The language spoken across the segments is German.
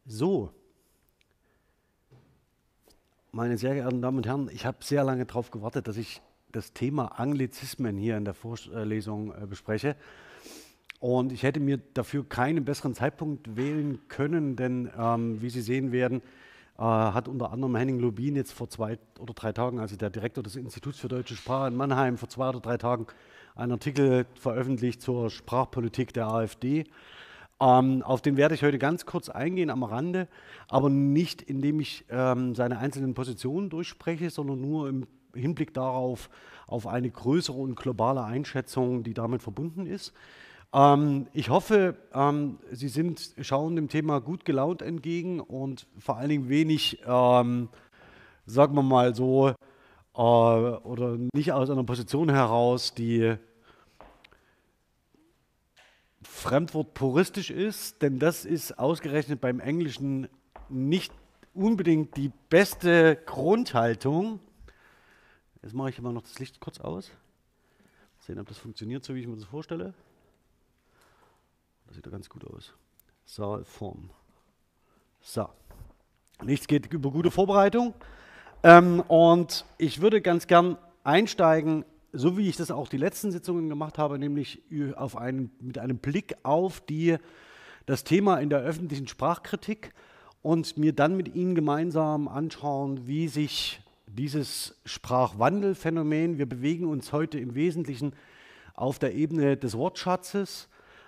So, meine sehr geehrten Damen und Herren, ich habe sehr lange darauf gewartet, dass ich das Thema Anglizismen hier in der Vorlesung bespreche. Und ich hätte mir dafür keinen besseren Zeitpunkt wählen können, denn wie Sie sehen werden, hat unter anderem Henning Lubin jetzt vor 2 oder 3 Tagen, also der Direktor des Instituts für Deutsche Sprache in Mannheim, vor 2 oder 3 Tagen einen Artikel veröffentlicht zur Sprachpolitik der AfD. Auf den werde ich heute ganz kurz eingehen am Rande, aber nicht indem ich seine einzelnen Positionen durchspreche, sondern nur im Hinblick darauf, auf eine größere und globale Einschätzung, die damit verbunden ist. Ich hoffe, Sie schauen dem Thema gut gelaunt entgegen und vor allen Dingen wenig, sagen wir mal so, oder nicht aus einer Position heraus, die Fremdwort puristisch ist, denn das ist ausgerechnet beim Englischen nicht unbedingt die beste Grundhaltung. Jetzt mache ich immer noch das Licht kurz aus. Sehen, ob das funktioniert, so wie ich mir das vorstelle. Das sieht ja ganz gut aus. Saalform. So. Nichts geht über gute Vorbereitung. Und ich würde ganz gern einsteigen, so wie ich das auch die letzten Sitzungen gemacht habe, nämlich mit einem Blick auf das Thema in der öffentlichen Sprachkritik und mir dann mit Ihnen gemeinsam anschauen, wie sich dieses Sprachwandelphänomen, wir bewegen uns heute im Wesentlichen auf der Ebene des Wortschatzes,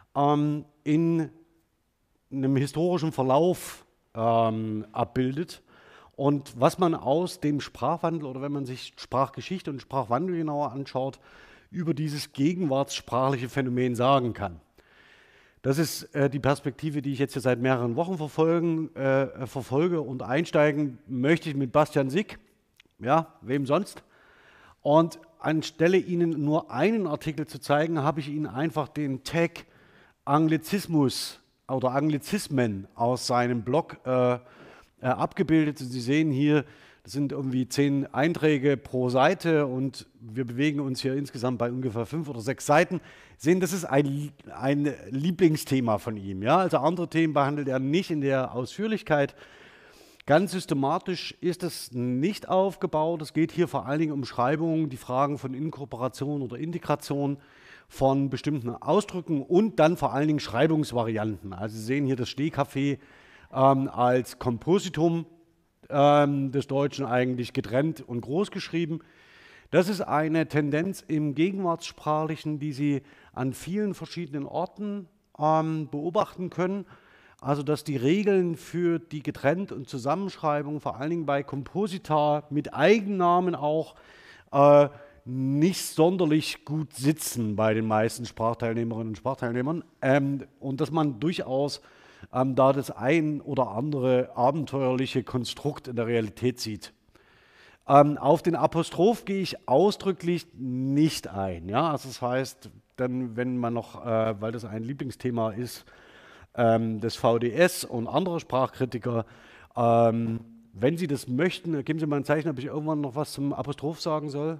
in einem historischen Verlauf abbildet. Und was man aus dem Sprachwandel oder wenn man sich Sprachgeschichte und Sprachwandel genauer anschaut, über dieses gegenwartssprachliche Phänomen sagen kann. Das ist die Perspektive, die ich jetzt hier seit mehreren Wochen verfolge und einsteigen möchte ich mit Bastian Sick, ja, wem sonst. Und anstelle Ihnen nur einen Artikel zu zeigen, habe ich Ihnen einfach den Tag Anglizismus oder Anglizismen aus seinem Blog abgebildet. Sie sehen hier, das sind irgendwie 10 Einträge pro Seite und wir bewegen uns hier insgesamt bei ungefähr 5 oder 6 Seiten. Sie sehen, das ist ein Lieblingsthema von ihm. Ja? Also andere Themen behandelt er nicht in der Ausführlichkeit. Ganz systematisch ist es nicht aufgebaut. Es geht hier vor allen Dingen um Schreibungen, die Fragen von Inkorporation oder Integration von bestimmten Ausdrücken und dann vor allen Dingen Schreibungsvarianten. Also Sie sehen hier das Stehkaffee als Kompositum des Deutschen eigentlich getrennt und groß geschrieben. Das ist eine Tendenz im Gegenwartssprachlichen, die Sie an vielen verschiedenen Orten beobachten können. Also dass die Regeln für die Getrennt- und Zusammenschreibung, vor allen Dingen bei Komposita mit Eigennamen auch, nicht sonderlich gut sitzen bei den meisten Sprachteilnehmerinnen und Sprachteilnehmern und dass man durchaus da das ein oder andere abenteuerliche Konstrukt in der Realität sieht. Auf den Apostroph gehe ich ausdrücklich nicht ein. Ja? Also das heißt, dann, wenn man noch, weil das ein Lieblingsthema ist, des VDS und anderer Sprachkritiker, wenn Sie das möchten, geben Sie mal ein Zeichen, ob ich irgendwann noch was zum Apostroph sagen soll.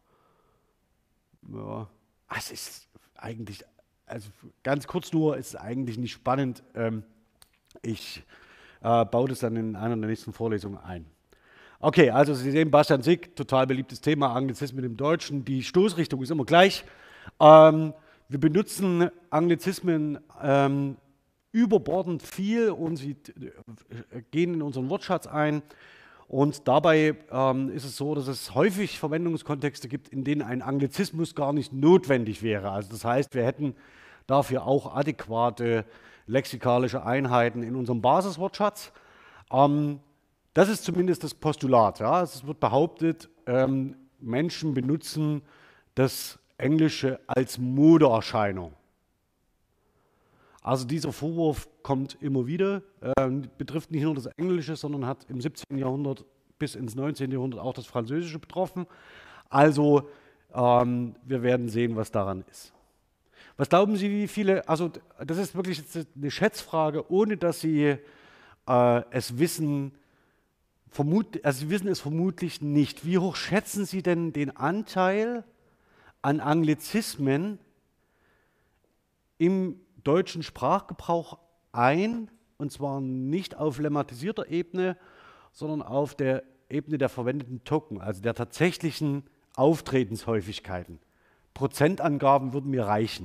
Ja, es ist eigentlich, also ganz kurz nur, es ist eigentlich nicht spannend. Ich baue das dann in einer der nächsten Vorlesungen ein. Okay, also Sie sehen, Bastian Sick, total beliebtes Thema, Anglizismen im Deutschen. Die Stoßrichtung ist immer gleich. Wir benutzen Anglizismen überbordend viel und sie gehen in unseren Wortschatz ein. Und dabei ist es so, dass es häufig Verwendungskontexte gibt, in denen ein Anglizismus gar nicht notwendig wäre. Also das heißt, wir hätten dafür auch adäquate lexikalische Einheiten in unserem Basiswortschatz. Das ist zumindest das Postulat. Ja. Es wird behauptet, Menschen benutzen das Englische als Modeerscheinung. Also dieser Vorwurf kommt immer wieder, betrifft nicht nur das Englische, sondern hat im 17. Jahrhundert bis ins 19. Jahrhundert auch das Französische betroffen. Also wir werden sehen, was daran ist. Was glauben Sie, wie viele, also das ist wirklich jetzt eine Schätzfrage, ohne dass Sie es wissen, also Sie wissen es vermutlich nicht. Wie hoch schätzen Sie denn den Anteil an Anglizismen im deutschen Sprachgebrauch ein und zwar nicht auf lemmatisierter Ebene, sondern auf der Ebene der verwendeten Token, also der tatsächlichen Auftretenshäufigkeiten. Prozentangaben würden mir reichen.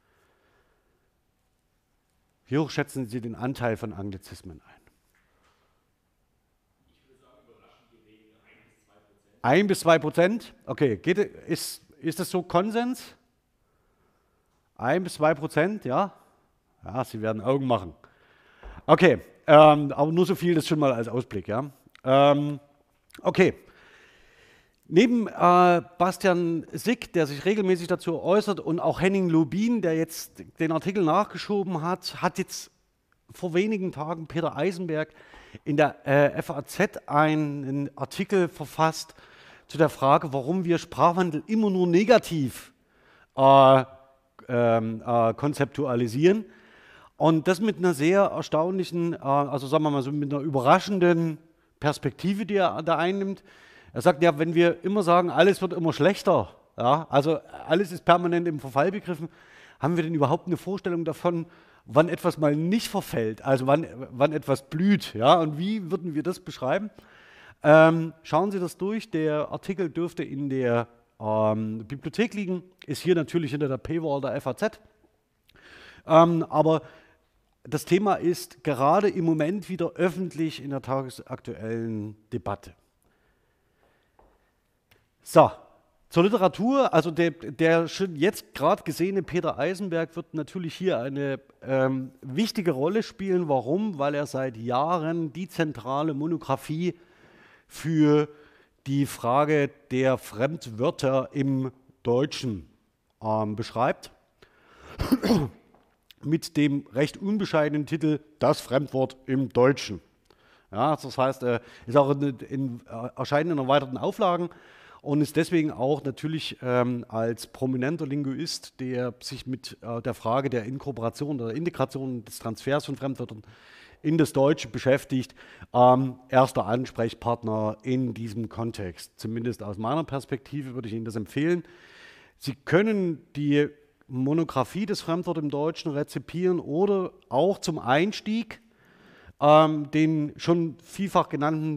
Wie hoch schätzen Sie den Anteil von Anglizismen ein? Ich würde sagen, überraschend gering, 1 bis 2%. 1 bis 2%? Okay, ist das so Konsens? 1 bis 2%, ja? Ja, Sie werden Augen machen. Okay, aber nur so viel, das schon mal als Ausblick, ja? Okay. Neben Bastian Sick, der sich regelmäßig dazu äußert, und auch Henning Lubin, der jetzt den Artikel nachgeschoben hat, hat jetzt vor wenigen Tagen Peter Eisenberg in der FAZ einen Artikel verfasst zu der Frage, warum wir Sprachwandel immer nur negativ konzeptualisieren. Und das mit einer sehr erstaunlichen, also sagen wir mal so mit einer überraschenden Perspektive, die er da einnimmt. Er sagt ja, wenn wir immer sagen, alles wird immer schlechter, ja, also alles ist permanent im Verfall begriffen, haben wir denn überhaupt eine Vorstellung davon, wann etwas mal nicht verfällt, also wann etwas blüht, ja, und wie würden wir das beschreiben? Schauen Sie das durch, der Artikel dürfte in der Bibliothek liegen, ist hier natürlich hinter der Paywall der FAZ, aber das Thema ist gerade im Moment wieder öffentlich in der tagesaktuellen Debatte. So, zur Literatur, also der schon jetzt gerade gesehene Peter Eisenberg wird natürlich hier eine wichtige Rolle spielen. Warum? Weil er seit Jahren die zentrale Monographie für die Frage der Fremdwörter im Deutschen beschreibt. Mit dem recht unbescheidenen Titel Das Fremdwort im Deutschen. Ja, das heißt, ist auch erscheint in erweiterten Auflagen und ist deswegen auch natürlich als prominenter Linguist, der sich mit der Frage der Inkorporation oder Integration des Transfers von Fremdwörtern in das Deutsche beschäftigt, erster Ansprechpartner in diesem Kontext. Zumindest aus meiner Perspektive würde ich Ihnen das empfehlen. Sie können die Monographie des Fremdwort im Deutschen rezipieren oder auch zum Einstieg den schon vielfach genannten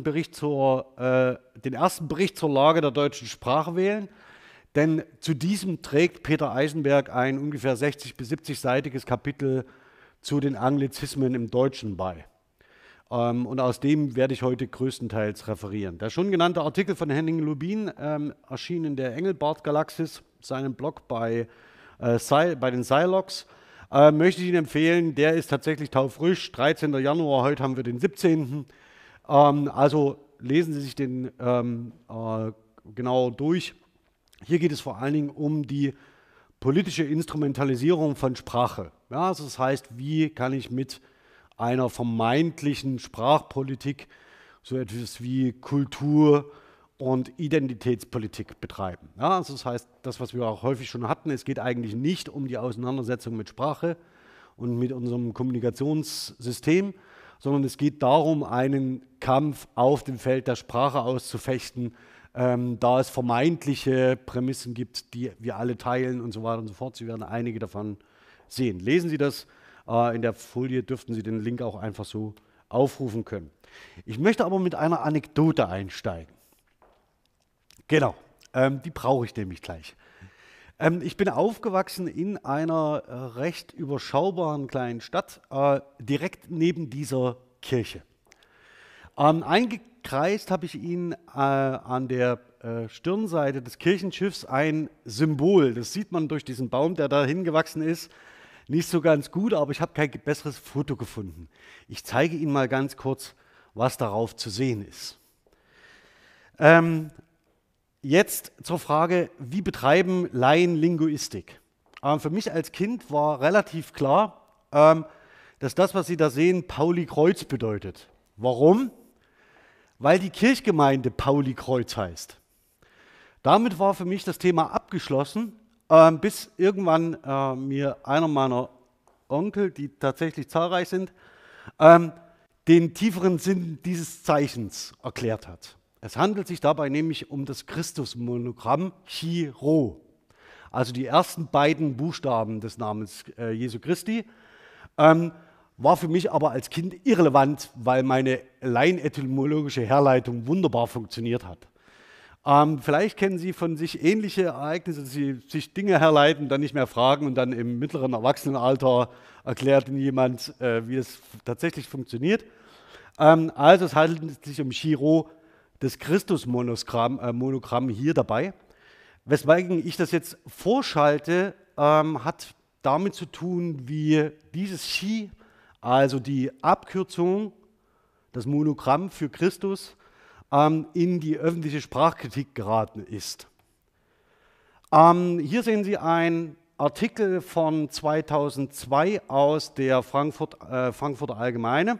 den ersten Bericht zur Lage der deutschen Sprache wählen, denn zu diesem trägt Peter Eisenberg ein ungefähr 60- bis 70-seitiges Kapitel zu den Anglizismen im Deutschen bei. Und aus dem werde ich heute größtenteils referieren. Der schon genannte Artikel von Henning Lubin erschien in der Engelbart-Galaxis, seinem Blog bei den Silogs. Möchte ich Ihnen empfehlen, der ist tatsächlich taufrisch, 13. Januar, heute haben wir den 17. Also lesen Sie sich den genau durch. Hier geht es vor allen Dingen um die politische Instrumentalisierung von Sprache. Ja, also das heißt, wie kann ich mit einer vermeintlichen Sprachpolitik so etwas wie Kultur- und Identitätspolitik betreiben. Ja, also das heißt, das, was wir auch häufig schon hatten, es geht eigentlich nicht um die Auseinandersetzung mit Sprache und mit unserem Kommunikationssystem, sondern es geht darum, einen Kampf auf dem Feld der Sprache auszufechten, da es vermeintliche Prämissen gibt, die wir alle teilen und so weiter und so fort. Sie werden einige davon sehen. Lesen Sie das, in der Folie dürften Sie den Link auch einfach so aufrufen können. Ich möchte aber mit einer Anekdote einsteigen. Genau, die brauche ich nämlich gleich. Ich bin aufgewachsen in einer recht überschaubaren kleinen Stadt, direkt neben dieser Kirche. Eingekreist habe ich Ihnen an der Stirnseite des Kirchenschiffs ein Symbol. Das sieht man durch diesen Baum, der da hingewachsen ist, nicht so ganz gut, aber ich habe kein besseres Foto gefunden. Ich zeige Ihnen mal ganz kurz, was darauf zu sehen ist. Jetzt zur Frage, wie betreiben Laien Linguistik? Für mich als Kind war relativ klar, dass das, was Sie da sehen, Pauli-Kreuz bedeutet. Warum? Weil die Kirchgemeinde Pauli-Kreuz heißt. Damit war für mich das Thema abgeschlossen, bis irgendwann mir einer meiner Onkel, die tatsächlich zahlreich sind, den tieferen Sinn dieses Zeichens erklärt hat. Es handelt sich dabei nämlich um das Christusmonogramm Chi-Rho, also die ersten beiden Buchstaben des Namens Jesu Christi. war für mich aber als Kind irrelevant, weil meine laienetymologische Herleitung wunderbar funktioniert hat. Vielleicht kennen Sie von sich ähnliche Ereignisse, dass Sie sich Dinge herleiten, dann nicht mehr fragen und dann im mittleren Erwachsenenalter erklärt Ihnen jemand, wie es tatsächlich funktioniert. Also es handelt sich um Chi-Rho, das Christus-Monogramm hier dabei. Weswegen ich das jetzt vorschalte, hat damit zu tun, wie dieses Chi, also die Abkürzung, das Monogramm für Christus, in die öffentliche Sprachkritik geraten ist. Hier sehen Sie einen Artikel von 2002 aus der Frankfurter Allgemeine.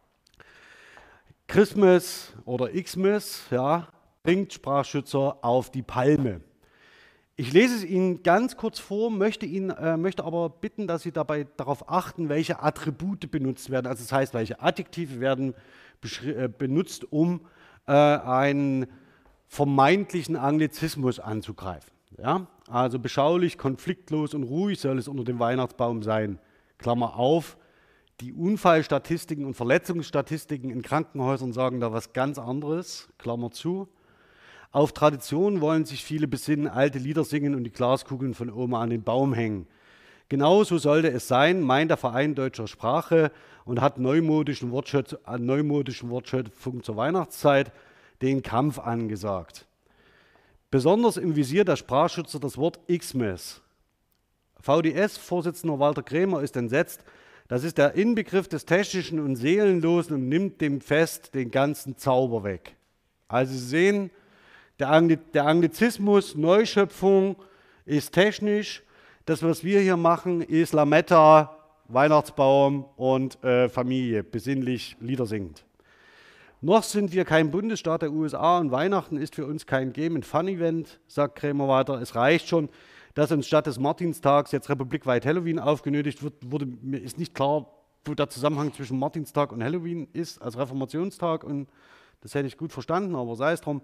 Christmas oder Xmas, ja, bringt Sprachschützer auf die Palme. Ich lese es Ihnen ganz kurz vor, möchte aber bitten, dass Sie dabei darauf achten, welche Attribute benutzt werden. Also das heißt, welche Adjektive werden benutzt, um einen vermeintlichen Anglizismus anzugreifen. Ja? Also beschaulich, konfliktlos und ruhig soll es unter dem Weihnachtsbaum sein. Klammer auf. Die Unfallstatistiken und Verletzungsstatistiken in Krankenhäusern sagen da was ganz anderes, Klammer zu. Auf Tradition wollen sich viele besinnen, alte Lieder singen und die Glaskugeln von Oma an den Baum hängen. Genauso sollte es sein, meint der Verein Deutscher Sprache und hat neumodischen Wortschöpfungen zur Weihnachtszeit den Kampf angesagt. Besonders im Visier der Sprachschützer das Wort Xmas. VDS-Vorsitzender Walter Krämer ist entsetzt. Das ist der Inbegriff des Technischen und Seelenlosen und nimmt dem Fest den ganzen Zauber weg. Also Sie sehen, der Anglizismus, Neuschöpfung ist technisch. Das, was wir hier machen, ist Lametta, Weihnachtsbaum und Familie, besinnlich Lieder singend. Noch sind wir kein Bundesstaat der USA und Weihnachten ist für uns kein Game-and-Fun-Event, sagt Krämer weiter. Es reicht schon, dass uns statt des Martinstags jetzt republikweit Halloween aufgenötigt wird. Mir ist nicht klar, wo der Zusammenhang zwischen Martinstag und Halloween ist, als Reformationstag. Und das hätte ich gut verstanden, aber sei es drum.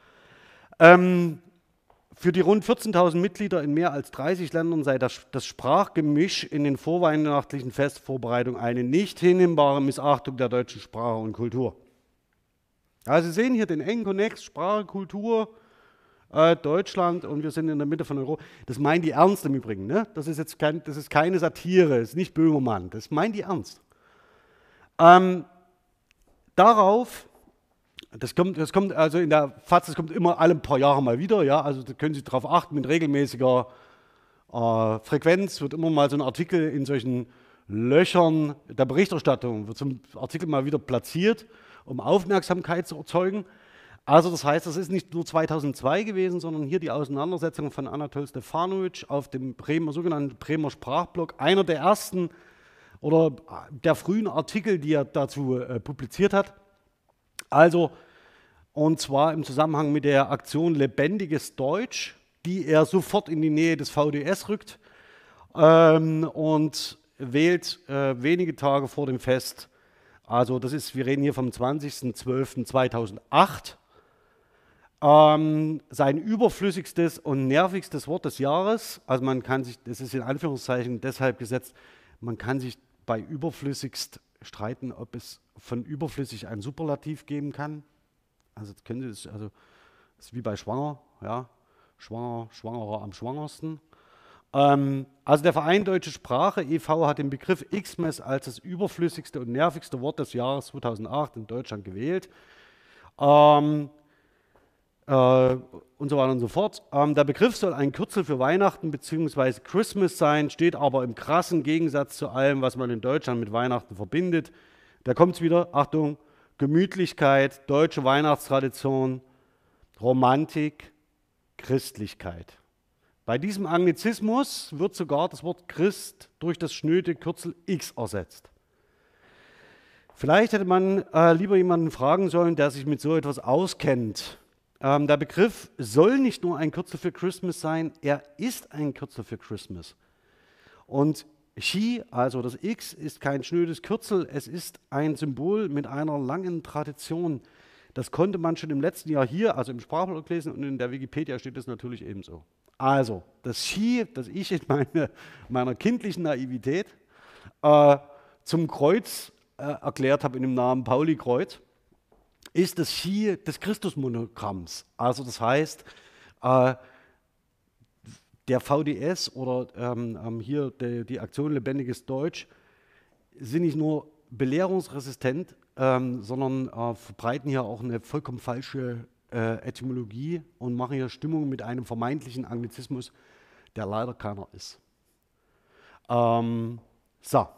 Für die rund 14.000 Mitglieder in mehr als 30 Ländern sei das Sprachgemisch in den vorweihnachtlichen Festvorbereitungen eine nicht hinnehmbare Missachtung der deutschen Sprache und Kultur. Also Sie sehen hier den engen Konnex, Sprache, Kultur, Deutschland und wir sind in der Mitte von Europa. Das meinen die ernst im Übrigen. Ne? Das ist jetzt das ist keine Satire, das ist nicht Böhmermann, das meinen die ernst. Darauf, das kommt also in der FAZ, das kommt immer alle paar Jahre mal wieder, ja, also da können Sie darauf achten, mit regelmäßiger Frequenz wird immer mal so ein Artikel in solchen Löchern der Berichterstattung, wird so ein Artikel mal wieder platziert, um Aufmerksamkeit zu erzeugen. Also das heißt, das ist nicht nur 2002 gewesen, sondern hier die Auseinandersetzung von Anatol Stefanovic auf dem sogenannten Bremer Sprachblog, einer der ersten oder der frühen Artikel, die er dazu publiziert hat. Also, und zwar im Zusammenhang mit der Aktion Lebendiges Deutsch, die er sofort in die Nähe des VDS rückt und wählt wenige Tage vor dem Fest. Also wir reden hier vom 20.12.2008. Sein überflüssigstes und nervigstes Wort des Jahres, also man kann sich, das ist in Anführungszeichen deshalb gesetzt, man kann sich bei überflüssigst streiten, ob es von überflüssig ein Superlativ geben kann. Also das ist wie bei schwanger, ja, schwangerer am schwangersten. Also der Verein Deutsche Sprache e.V. hat den Begriff Xmas als das überflüssigste und nervigste Wort des Jahres 2008 in Deutschland gewählt. Und so weiter und so fort. Der Begriff soll ein Kürzel für Weihnachten bzw. Christmas sein, steht aber im krassen Gegensatz zu allem, was man in Deutschland mit Weihnachten verbindet. Da kommt es wieder, Achtung, Gemütlichkeit, deutsche Weihnachtstradition, Romantik, Christlichkeit. Bei diesem Anglizismus wird sogar das Wort Christ durch das schnöde Kürzel X ersetzt. Vielleicht hätte man lieber jemanden fragen sollen, der sich mit so etwas auskennt. Der Begriff soll nicht nur ein Kürzel für Christmas sein, er ist ein Kürzel für Christmas. Und Chi, also das X, ist kein schnödes Kürzel, es ist ein Symbol mit einer langen Tradition. Das konnte man schon im letzten Jahr hier, also im Sprachblog lesen und in der Wikipedia steht das natürlich ebenso. Also, das Chi, das ich in meiner kindlichen Naivität zum Kreuz erklärt habe in dem Namen Pauli-Kreuz, ist das Chi des Christusmonogramms. Also das heißt, der VDS oder hier die Aktion Lebendiges Deutsch sind nicht nur belehrungsresistent, sondern verbreiten hier auch eine vollkommen falsche Etymologie und machen hier Stimmung mit einem vermeintlichen Anglizismus, der leider keiner ist. So.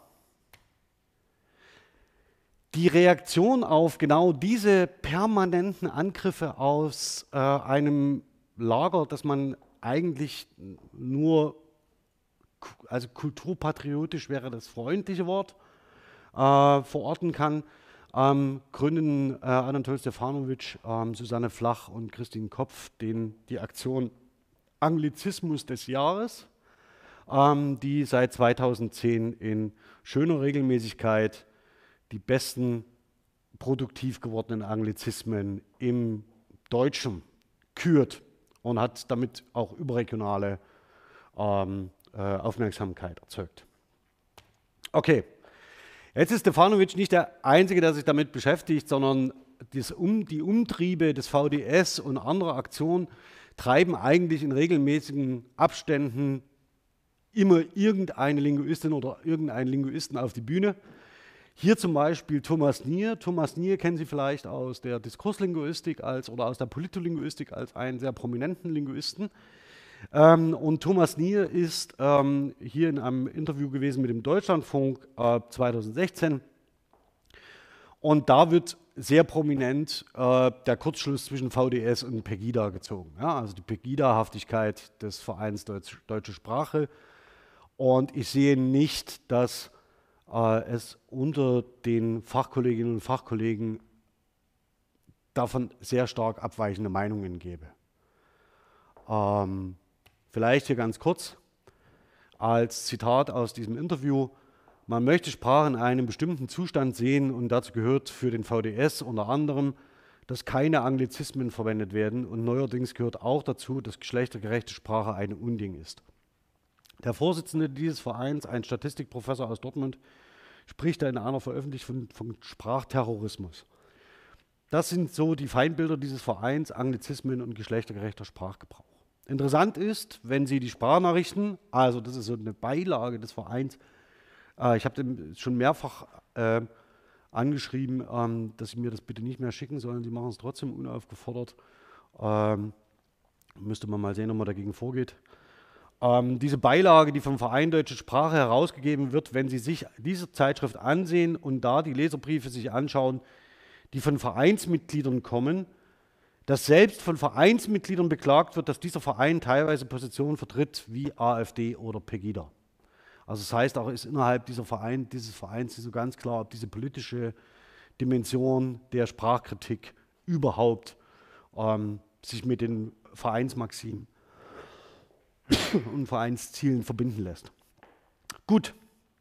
Die Reaktion auf genau diese permanenten Angriffe aus einem Lager, das man eigentlich nur, also kulturpatriotisch wäre das freundliche Wort, verorten kann, gründen Anatol Stefanovic, Susanne Flach und Christine Kopf die Aktion Anglizismus des Jahres, die seit 2010 in schöner Regelmäßigkeit die besten produktiv gewordenen Anglizismen im Deutschen kürt und hat damit auch überregionale Aufmerksamkeit erzeugt. Okay, jetzt ist Stefanovic nicht der Einzige, der sich damit beschäftigt, sondern die Umtriebe des VDS und anderer Aktionen treiben eigentlich in regelmäßigen Abständen immer irgendeine Linguistin oder irgendeinen Linguisten auf die Bühne. Hier zum Beispiel Thomas Nier. Thomas Nier kennen Sie vielleicht aus der Diskurslinguistik oder aus der Politolinguistik als einen sehr prominenten Linguisten. Und Thomas Nier ist hier in einem Interview gewesen mit dem Deutschlandfunk 2016. Und da wird sehr prominent der Kurzschluss zwischen VDS und Pegida gezogen. Ja, also die Pegida-Haftigkeit des Vereins Deutsche Sprache. Und ich sehe nicht, dass es unter den Fachkolleginnen und Fachkollegen davon sehr stark abweichende Meinungen gäbe. Vielleicht hier ganz kurz als Zitat aus diesem Interview: Man möchte Sprache in einem bestimmten Zustand sehen und dazu gehört für den VDS unter anderem, dass keine Anglizismen verwendet werden und neuerdings gehört auch dazu, dass geschlechtergerechte Sprache ein Unding ist. Der Vorsitzende dieses Vereins, ein Statistikprofessor aus Dortmund, spricht da in einer Veröffentlichung von Sprachterrorismus. Das sind so die Feindbilder dieses Vereins, Anglizismen und geschlechtergerechter Sprachgebrauch. Interessant ist, wenn Sie die Sprachnachrichten, also das ist so eine Beilage des Vereins, ich habe dem schon mehrfach angeschrieben, dass Sie mir das bitte nicht mehr schicken sollen, Sie machen es trotzdem unaufgefordert. Müsste man mal sehen, ob man dagegen vorgeht. Diese Beilage, die vom Verein Deutsche Sprache herausgegeben wird, wenn Sie sich diese Zeitschrift ansehen und da die Leserbriefe sich anschauen, die von Vereinsmitgliedern kommen, dass selbst von Vereinsmitgliedern beklagt wird, dass dieser Verein teilweise Positionen vertritt wie AfD oder Pegida. Also das heißt, auch ist innerhalb dieses Vereins nicht so ganz klar, ob diese politische Dimension der Sprachkritik überhaupt sich mit den Vereinsmaximen und Vereinszielen verbinden lässt. Gut.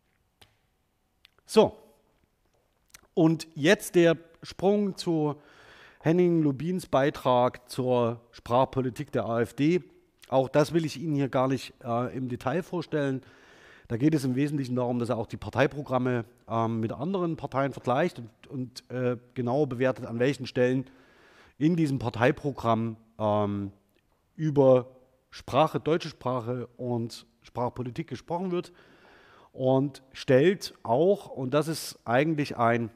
So. Und jetzt der Sprung zu Henning Lubins Beitrag zur Sprachpolitik der AfD. Auch das will ich Ihnen hier gar nicht im Detail vorstellen. Da geht es im Wesentlichen darum, dass er auch die Parteiprogramme mit anderen Parteien vergleicht und genauer bewertet, an welchen Stellen in diesem Parteiprogramm über Sprache, deutsche Sprache und Sprachpolitik gesprochen wird und stellt auch, und das ist eigentlich eine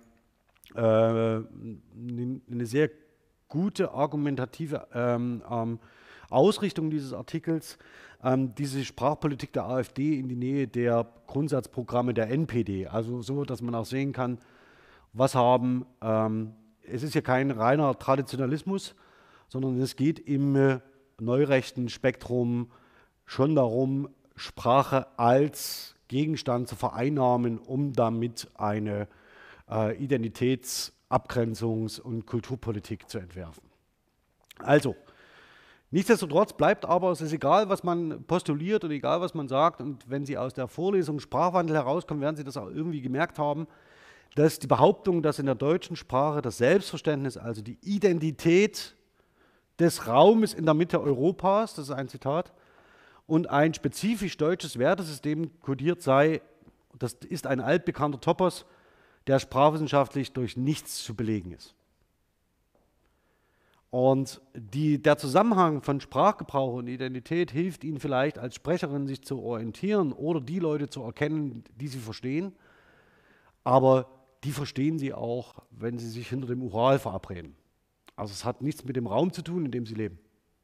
sehr gute argumentative Ausrichtung dieses Artikels, diese Sprachpolitik der AfD in die Nähe der Grundsatzprogramme der NPD. Also so, dass man auch sehen kann, was es ist ja kein reiner Traditionalismus, sondern es geht im neurechten Spektrum schon darum, Sprache als Gegenstand zu vereinnahmen, um damit eine Identitätsabgrenzungs- und Kulturpolitik zu entwerfen. Also, nichtsdestotrotz bleibt aber, es ist egal, was man postuliert und egal, was man sagt, und wenn Sie aus der Vorlesung Sprachwandel herauskommen, werden Sie das auch irgendwie gemerkt haben, dass die Behauptung, dass in der deutschen Sprache das Selbstverständnis, also die Identität des Raumes in der Mitte Europas, das ist ein Zitat, und ein spezifisch deutsches Wertesystem kodiert sei, Das ist ein altbekannter Topos, der sprachwissenschaftlich durch nichts zu belegen ist. Und der Zusammenhang von Sprachgebrauch und Identität hilft Ihnen vielleicht als Sprecherin, sich zu orientieren oder die Leute zu erkennen, die Sie verstehen. Aber die verstehen Sie auch, wenn Sie sich hinter dem Ural verabreden. Also es hat nichts mit dem Raum zu tun, in dem Sie leben.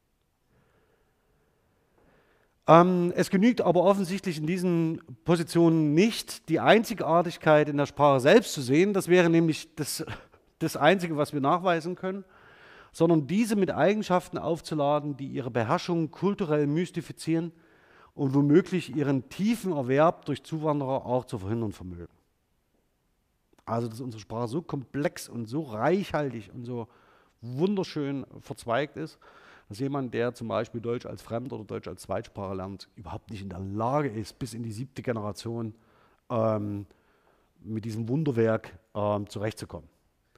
Es genügt aber offensichtlich in diesen Positionen nicht, die Einzigartigkeit in der Sprache selbst zu sehen. Das wäre nämlich das Einzige, was wir nachweisen können, sondern diese mit Eigenschaften aufzuladen, die ihre Beherrschung kulturell mystifizieren und womöglich ihren tiefen Erwerb durch Zuwanderer auch zu verhindern vermögen. Also dass unsere Sprache so komplex und so reichhaltig und so wunderschön verzweigt ist, dass jemand, der zum Beispiel Deutsch als Fremd- oder Deutsch als Zweitsprache lernt, überhaupt nicht in der Lage ist, bis in die 7. Generation mit diesem Wunderwerk zurechtzukommen.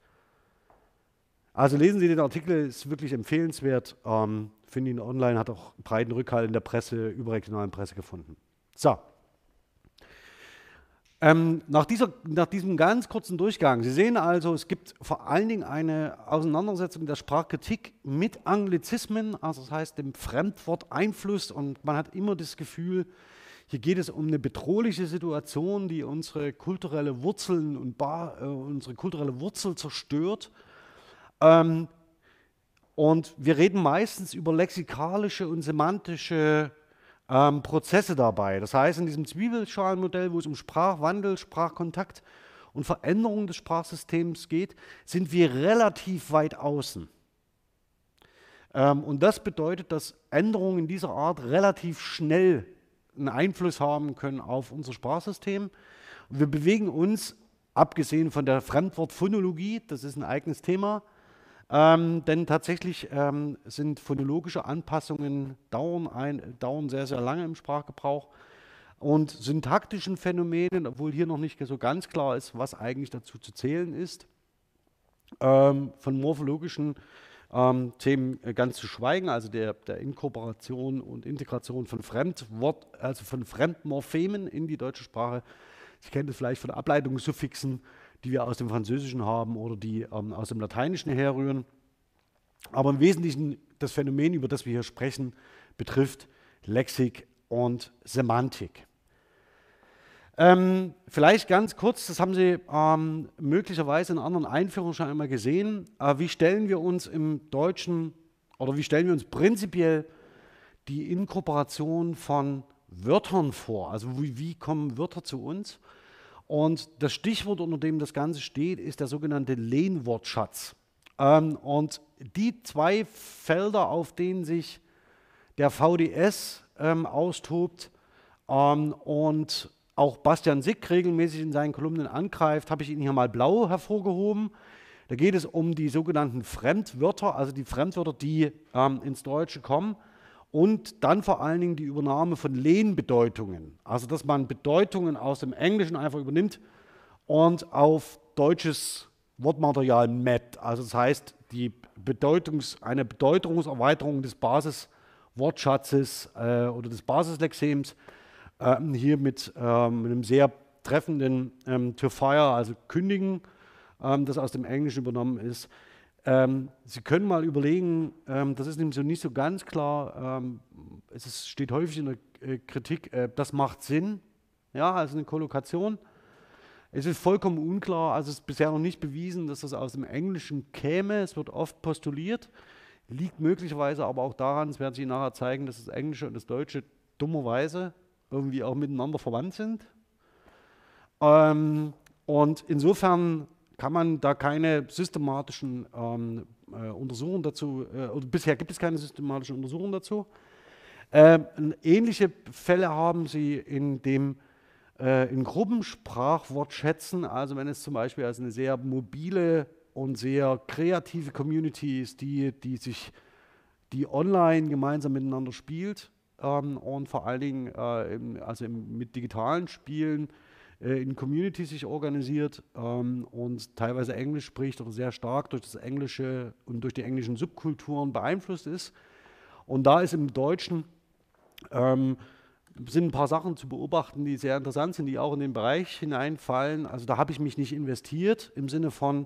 Also lesen Sie den Artikel, ist wirklich empfehlenswert, finden ihn online, hat auch breiten Rückhalt in der Presse, überregionalen Presse gefunden. So. Nach diesem ganz kurzen Durchgang, Sie sehen also, es gibt vor allen Dingen eine Auseinandersetzung der Sprachkritik mit Anglizismen, also das heißt dem Fremdworteinfluss, und man hat immer das Gefühl, hier geht es um eine bedrohliche Situation, die unsere kulturelle Wurzeln und unsere kulturelle Wurzel zerstört. Und wir reden meistens über lexikalische und semantische Prozesse dabei. Das heißt, in diesem Zwiebelschalenmodell, wo es um Sprachwandel, Sprachkontakt und Veränderung des Sprachsystems geht, sind wir relativ weit außen. Und das bedeutet, dass Änderungen dieser Art relativ schnell einen Einfluss haben können auf unser Sprachsystem. Und wir bewegen uns, abgesehen von der Fremdwortphonologie, das ist ein eigenes Thema, denn tatsächlich sind phonologische Anpassungen dauern sehr, sehr lange im Sprachgebrauch. Und syntaktischen Phänomenen, obwohl hier noch nicht so ganz klar ist, was eigentlich dazu zu zählen ist, von morphologischen Themen ganz zu schweigen, also der Inkorporation und Integration von also von Fremdmorphemen in die deutsche Sprache. Sie kennen das vielleicht von Ableitungssuffixen, die wir aus dem Französischen haben oder die aus dem Lateinischen herrühren. Aber im Wesentlichen das Phänomen, über das wir hier sprechen, betrifft Lexik und Semantik. Vielleicht ganz kurz, das haben Sie möglicherweise in anderen Einführungen schon einmal gesehen, wie stellen wir uns im Deutschen oder wie stellen wir uns prinzipiell die Inkorporation von Wörtern vor? Also wie kommen Wörter zu uns? Und das Stichwort, unter dem das Ganze steht, ist der sogenannte Lehnwortschatz. Und die zwei Felder, auf denen sich der VDS austobt und auch Bastian Sick regelmäßig in seinen Kolumnen angreift, habe ich Ihnen hier mal blau hervorgehoben. Da geht es um die sogenannten Fremdwörter, also die Fremdwörter, die ins Deutsche kommen. Und dann vor allen Dingen die Übernahme von Lehnbedeutungen. Also dass man Bedeutungen aus dem Englischen einfach übernimmt und auf deutsches Wortmaterial mappt. Also das heißt, eine Bedeutungserweiterung des Basiswortschatzes oder des Basislexems hier mit einem sehr treffenden to fire, also kündigen, das aus dem Englischen übernommen ist. Sie können mal überlegen, das ist nämlich so nicht so ganz klar, steht häufig in der Kritik, das macht Sinn, ja, also eine Kollokation. Es ist vollkommen unklar, also es ist bisher noch nicht bewiesen, dass das aus dem Englischen käme, es wird oft postuliert, liegt möglicherweise aber auch daran, es werden Sie nachher zeigen, dass das Englische und das Deutsche dummerweise irgendwie auch miteinander verwandt sind. Und insofern kann man da keine systematischen Untersuchungen dazu, oder bisher gibt es keine systematischen Untersuchungen dazu. Ähnliche Fälle haben Sie in Gruppensprachwortschätzen, also wenn es zum Beispiel als eine sehr mobile und sehr kreative Community ist, die online gemeinsam miteinander spielt und vor allen Dingen mit digitalen Spielen in Community sich organisiert und teilweise Englisch spricht oder sehr stark durch das Englische und durch die englischen Subkulturen beeinflusst ist. Und da ist im Deutschen sind ein paar Sachen zu beobachten, die sehr interessant sind, die auch in den Bereich hineinfallen. Also da habe ich mich nicht investiert im Sinne von,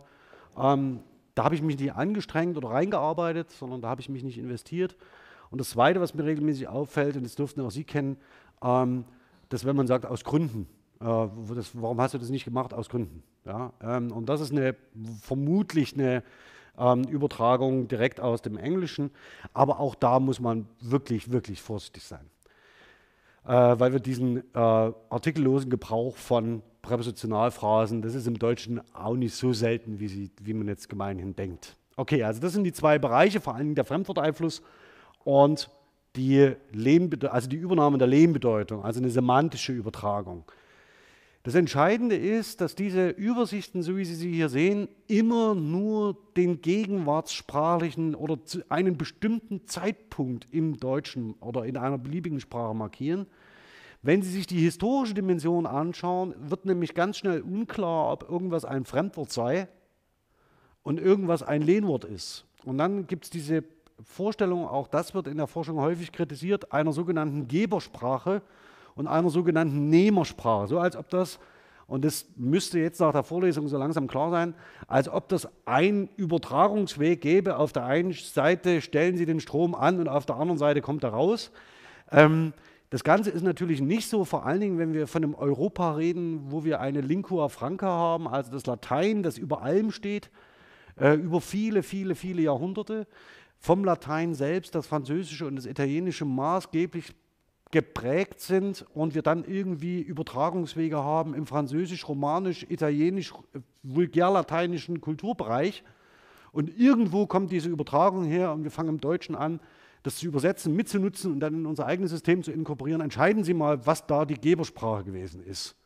da habe ich mich nicht angestrengt oder reingearbeitet, sondern da habe ich mich nicht investiert. Und das Zweite, was mir regelmäßig auffällt, und das dürften auch Sie kennen, dass wenn man sagt, aus Gründen, warum hast du das nicht gemacht? Aus Gründen. Ja? Und das ist vermutlich eine Übertragung direkt aus dem Englischen, aber auch da muss man wirklich, wirklich vorsichtig sein, weil wir diesen artikellosen Gebrauch von Präpositionalphrasen, das ist im Deutschen auch nicht so selten, wie man jetzt gemeinhin denkt. Okay, also das sind die zwei Bereiche, vor allem der Fremdworteinfluss und die Übernahme der Lehnbedeutung, also eine semantische Übertragung. Das Entscheidende ist, dass diese Übersichten, so wie Sie sie hier sehen, immer nur den gegenwartssprachlichen oder zu einem bestimmten Zeitpunkt im Deutschen oder in einer beliebigen Sprache markieren. Wenn Sie sich die historische Dimension anschauen, wird nämlich ganz schnell unklar, ob irgendwas ein Fremdwort sei und irgendwas ein Lehnwort ist. Und dann gibt es diese Vorstellung, auch das wird in der Forschung häufig kritisiert, einer sogenannten Gebersprache und einer sogenannten Nehmersprache. So als ob das, und das müsste jetzt nach der Vorlesung so langsam klar sein, als ob das einen Übertragungsweg gäbe. Auf der einen Seite stellen Sie den Strom an und auf der anderen Seite kommt er raus. Das Ganze ist natürlich nicht so, vor allen Dingen, wenn wir von einem Europa reden, wo wir eine Lingua Franca haben, also das Latein, das über allem steht, über viele, viele, viele Jahrhunderte. Vom Latein selbst, das Französische und das Italienische maßgeblich geprägt sind und wir dann irgendwie Übertragungswege haben im Französisch, Romanisch, Italienisch, vulgärlateinischen Kulturbereich. Und irgendwo kommt diese Übertragung her und wir fangen im Deutschen an, das zu übersetzen, mitzunutzen und dann in unser eigenes System zu inkorporieren. Entscheiden Sie mal, was da die Gebersprache gewesen ist.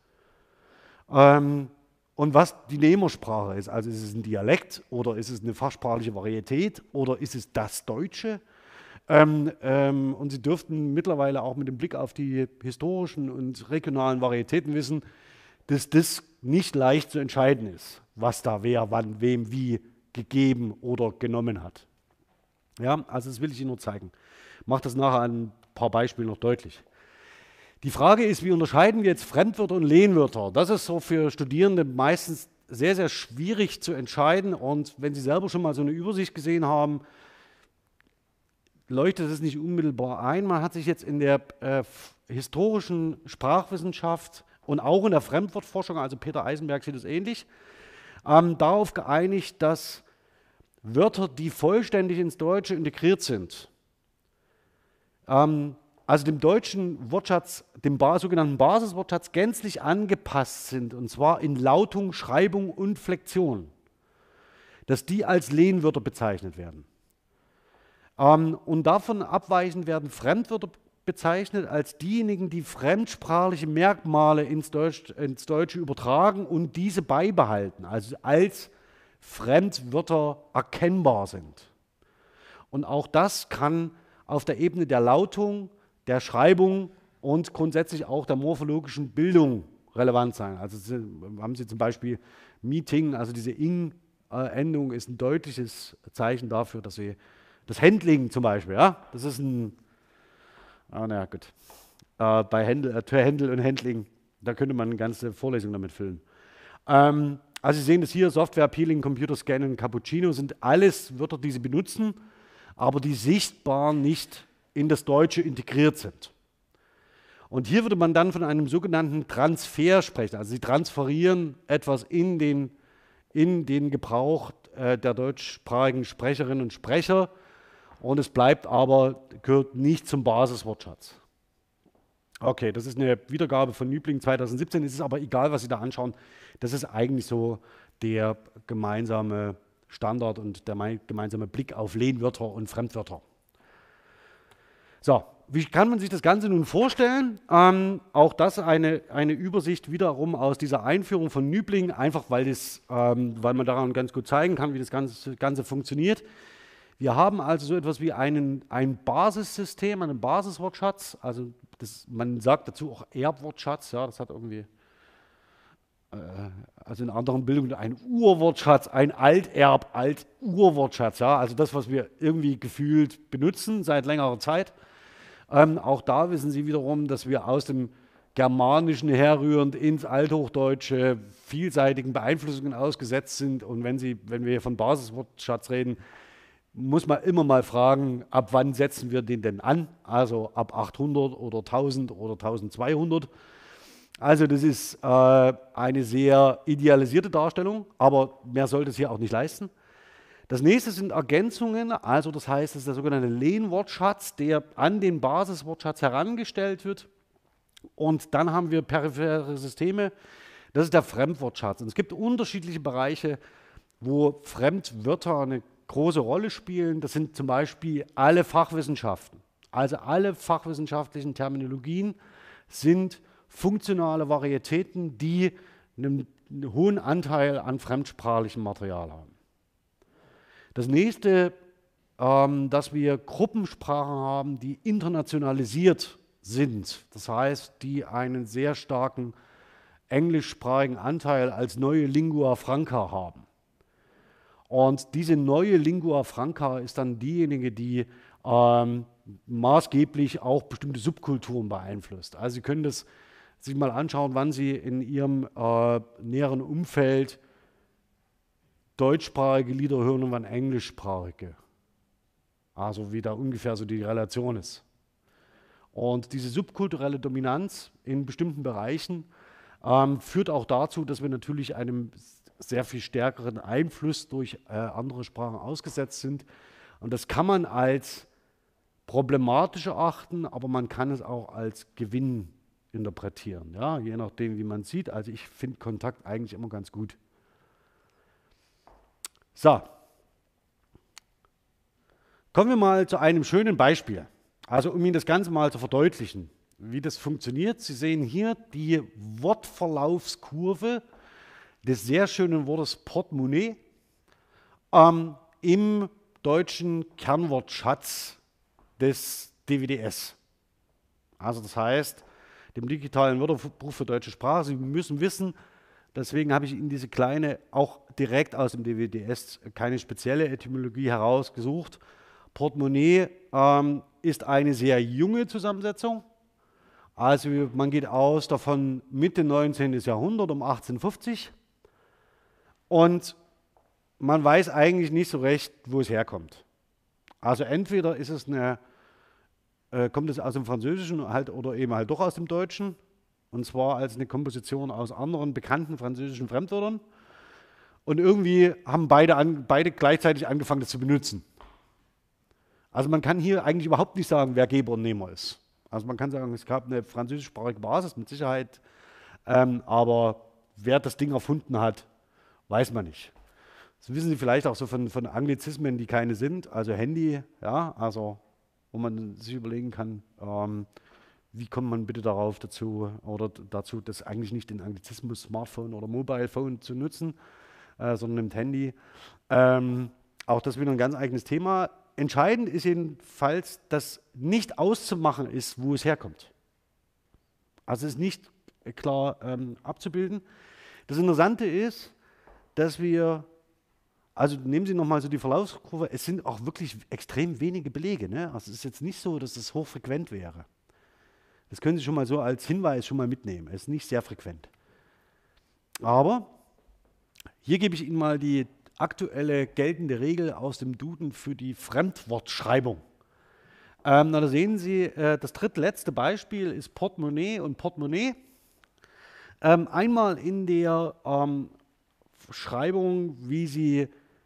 Und was die Nehmersprache ist. Also ist es ein Dialekt oder ist es eine fachsprachliche Varietät oder ist es das Deutsche? Und Sie dürften mittlerweile auch mit dem Blick auf die historischen und regionalen Varietäten wissen, dass das nicht leicht zu entscheiden ist, was da wer, wann, wem, wie gegeben oder genommen hat. Ja, also das will ich Ihnen nur zeigen. Ich mache das nachher an ein paar Beispielen noch deutlich. Die Frage ist, wie unterscheiden wir jetzt Fremdwörter und Lehnwörter? Das ist so für Studierende meistens sehr, sehr schwierig zu entscheiden. Und wenn Sie selber schon mal so eine Übersicht gesehen haben, leuchtet es nicht unmittelbar ein. Man hat sich jetzt in der historischen Sprachwissenschaft und auch in der Fremdwortforschung, also Peter Eisenberg sieht es ähnlich, darauf geeinigt, dass Wörter, die vollständig ins Deutsche integriert sind, also dem deutschen Wortschatz, dem sogenannten Basiswortschatz gänzlich angepasst sind, und zwar in Lautung, Schreibung und Flexion, dass die als Lehnwörter bezeichnet werden. Und davon abweichend werden Fremdwörter bezeichnet als diejenigen, die fremdsprachliche Merkmale ins Deutsche übertragen und diese beibehalten, also als Fremdwörter erkennbar sind. Und auch das kann auf der Ebene der Lautung, der Schreibung und grundsätzlich auch der morphologischen Bildung relevant sein. Also haben Sie zum Beispiel Meeting, also diese ing-Endung ist ein deutliches Zeichen dafür, dass Sie das Handling zum Beispiel, ja, das ist ein, naja gut, bei Handle und Handling, da könnte man eine ganze Vorlesung damit füllen. Also Sie sehen das hier, Software, Peeling, Computer Scannen, Cappuccino sind alles Wörter, die Sie benutzen, aber die sichtbar nicht in das Deutsche integriert sind. Und hier würde man dann von einem sogenannten Transfer sprechen. Also Sie transferieren etwas in den Gebrauch der deutschsprachigen Sprecherinnen und Sprecher und es bleibt aber, gehört nicht zum Basiswortschatz. Okay, das ist eine Wiedergabe von Nübling 2017, es ist aber egal, was Sie da anschauen, das ist eigentlich so der gemeinsame Standard und der gemeinsame Blick auf Lehnwörter und Fremdwörter. So, wie kann man sich das Ganze nun vorstellen? Auch das eine Übersicht wiederum aus dieser Einführung von Nübling, einfach weil man daran ganz gut zeigen kann, wie das Ganze funktioniert. Wir haben also so etwas wie ein Basissystem, einen Basiswortschatz, also man sagt dazu auch Erbwortschatz, ja, das hat irgendwie, also in anderen Bildungen ein Urwortschatz, ein Alturwortschatz, ja, also das, was wir irgendwie gefühlt benutzen seit längerer Zeit. Auch da wissen Sie wiederum, dass wir aus dem Germanischen herrührend ins Althochdeutsche vielseitigen Beeinflussungen ausgesetzt sind. Und wenn wir hier von Basiswortschatz reden, muss man immer mal fragen, ab wann setzen wir den denn an? Also ab 800 oder 1000 oder 1200. Also das ist eine sehr idealisierte Darstellung, aber mehr sollte es hier auch nicht leisten. Das nächste sind Ergänzungen, also das heißt, das ist der sogenannte Lehnwortschatz, der an den Basiswortschatz herangestellt wird. Und dann haben wir periphere Systeme, das ist der Fremdwortschatz. Und es gibt unterschiedliche Bereiche, wo Fremdwörter eine große Rolle spielen. Das sind zum Beispiel alle Fachwissenschaften. Also alle fachwissenschaftlichen Terminologien sind funktionale Varietäten, die einen hohen Anteil an fremdsprachlichem Material haben. Das nächste, dass wir Gruppensprachen haben, die internationalisiert sind. Das heißt, die einen sehr starken englischsprachigen Anteil als neue Lingua Franca haben. Und diese neue Lingua Franca ist dann diejenige, die maßgeblich auch bestimmte Subkulturen beeinflusst. Also Sie können das sich mal anschauen, wann Sie in Ihrem näheren Umfeld deutschsprachige Lieder hören und wann englischsprachige. Also wie da ungefähr so die Relation ist. Und diese subkulturelle Dominanz in bestimmten Bereichen führt auch dazu, dass wir natürlich einem sehr viel stärkeren Einfluss durch andere Sprachen ausgesetzt sind. Und das kann man als problematisch erachten, aber man kann es auch als Gewinn interpretieren, ja? Je nachdem, wie man sieht. Also ich finde Kontakt eigentlich immer ganz gut. So, kommen wir mal zu einem schönen Beispiel. Also um Ihnen das Ganze mal zu verdeutlichen, wie das funktioniert. Sie sehen hier die Wortverlaufskurve des sehr schönen Wortes Portemonnaie im deutschen Kernwortschatz des DWDS. Also das heißt, dem digitalen Wörterbuch für deutsche Sprache. Sie müssen wissen, deswegen habe ich Ihnen diese kleine, auch direkt aus dem DWDS, keine spezielle Etymologie herausgesucht. Portemonnaie ist eine sehr junge Zusammensetzung. Also man geht aus davon Mitte 19. Jahrhundert um 1850 und man weiß eigentlich nicht so recht, wo es herkommt. Also entweder ist es kommt es aus dem Französischen halt, oder eben halt doch aus dem Deutschen, und zwar als eine Komposition aus anderen bekannten französischen Fremdwörtern. Und irgendwie haben beide gleichzeitig angefangen, das zu benutzen. Also man kann hier eigentlich überhaupt nicht sagen, wer Geber und Nehmer ist. Also man kann sagen, es gab eine französischsprachige Basis mit Sicherheit, aber wer das Ding erfunden hat, weiß man nicht. Das wissen Sie vielleicht auch so von Anglizismen, die keine sind, also Handy, ja, also wo man sich überlegen kann, wie kommt man bitte dazu, das eigentlich nicht den Anglizismus Smartphone oder Mobile Phone zu nutzen, sondern nimmt Handy. Auch das wieder ein ganz eigenes Thema. Entscheidend ist jedenfalls, dass nicht auszumachen ist, wo es herkommt. Also es ist nicht klar abzubilden. Das Interessante ist, dass wir, also nehmen Sie nochmal so die Verlaufskurve, es sind auch wirklich extrem wenige Belege. Ne? Also es ist jetzt nicht so, dass es hochfrequent wäre. Das können Sie schon mal so als Hinweis schon mal mitnehmen. Es ist nicht sehr frequent. Aber hier gebe ich Ihnen mal die aktuelle geltende Regel aus dem Duden für die Fremdwortschreibung. Da sehen Sie, das drittletzte Beispiel ist Portemonnaie und Portemonnaie. Einmal in der Schreibung, wie sie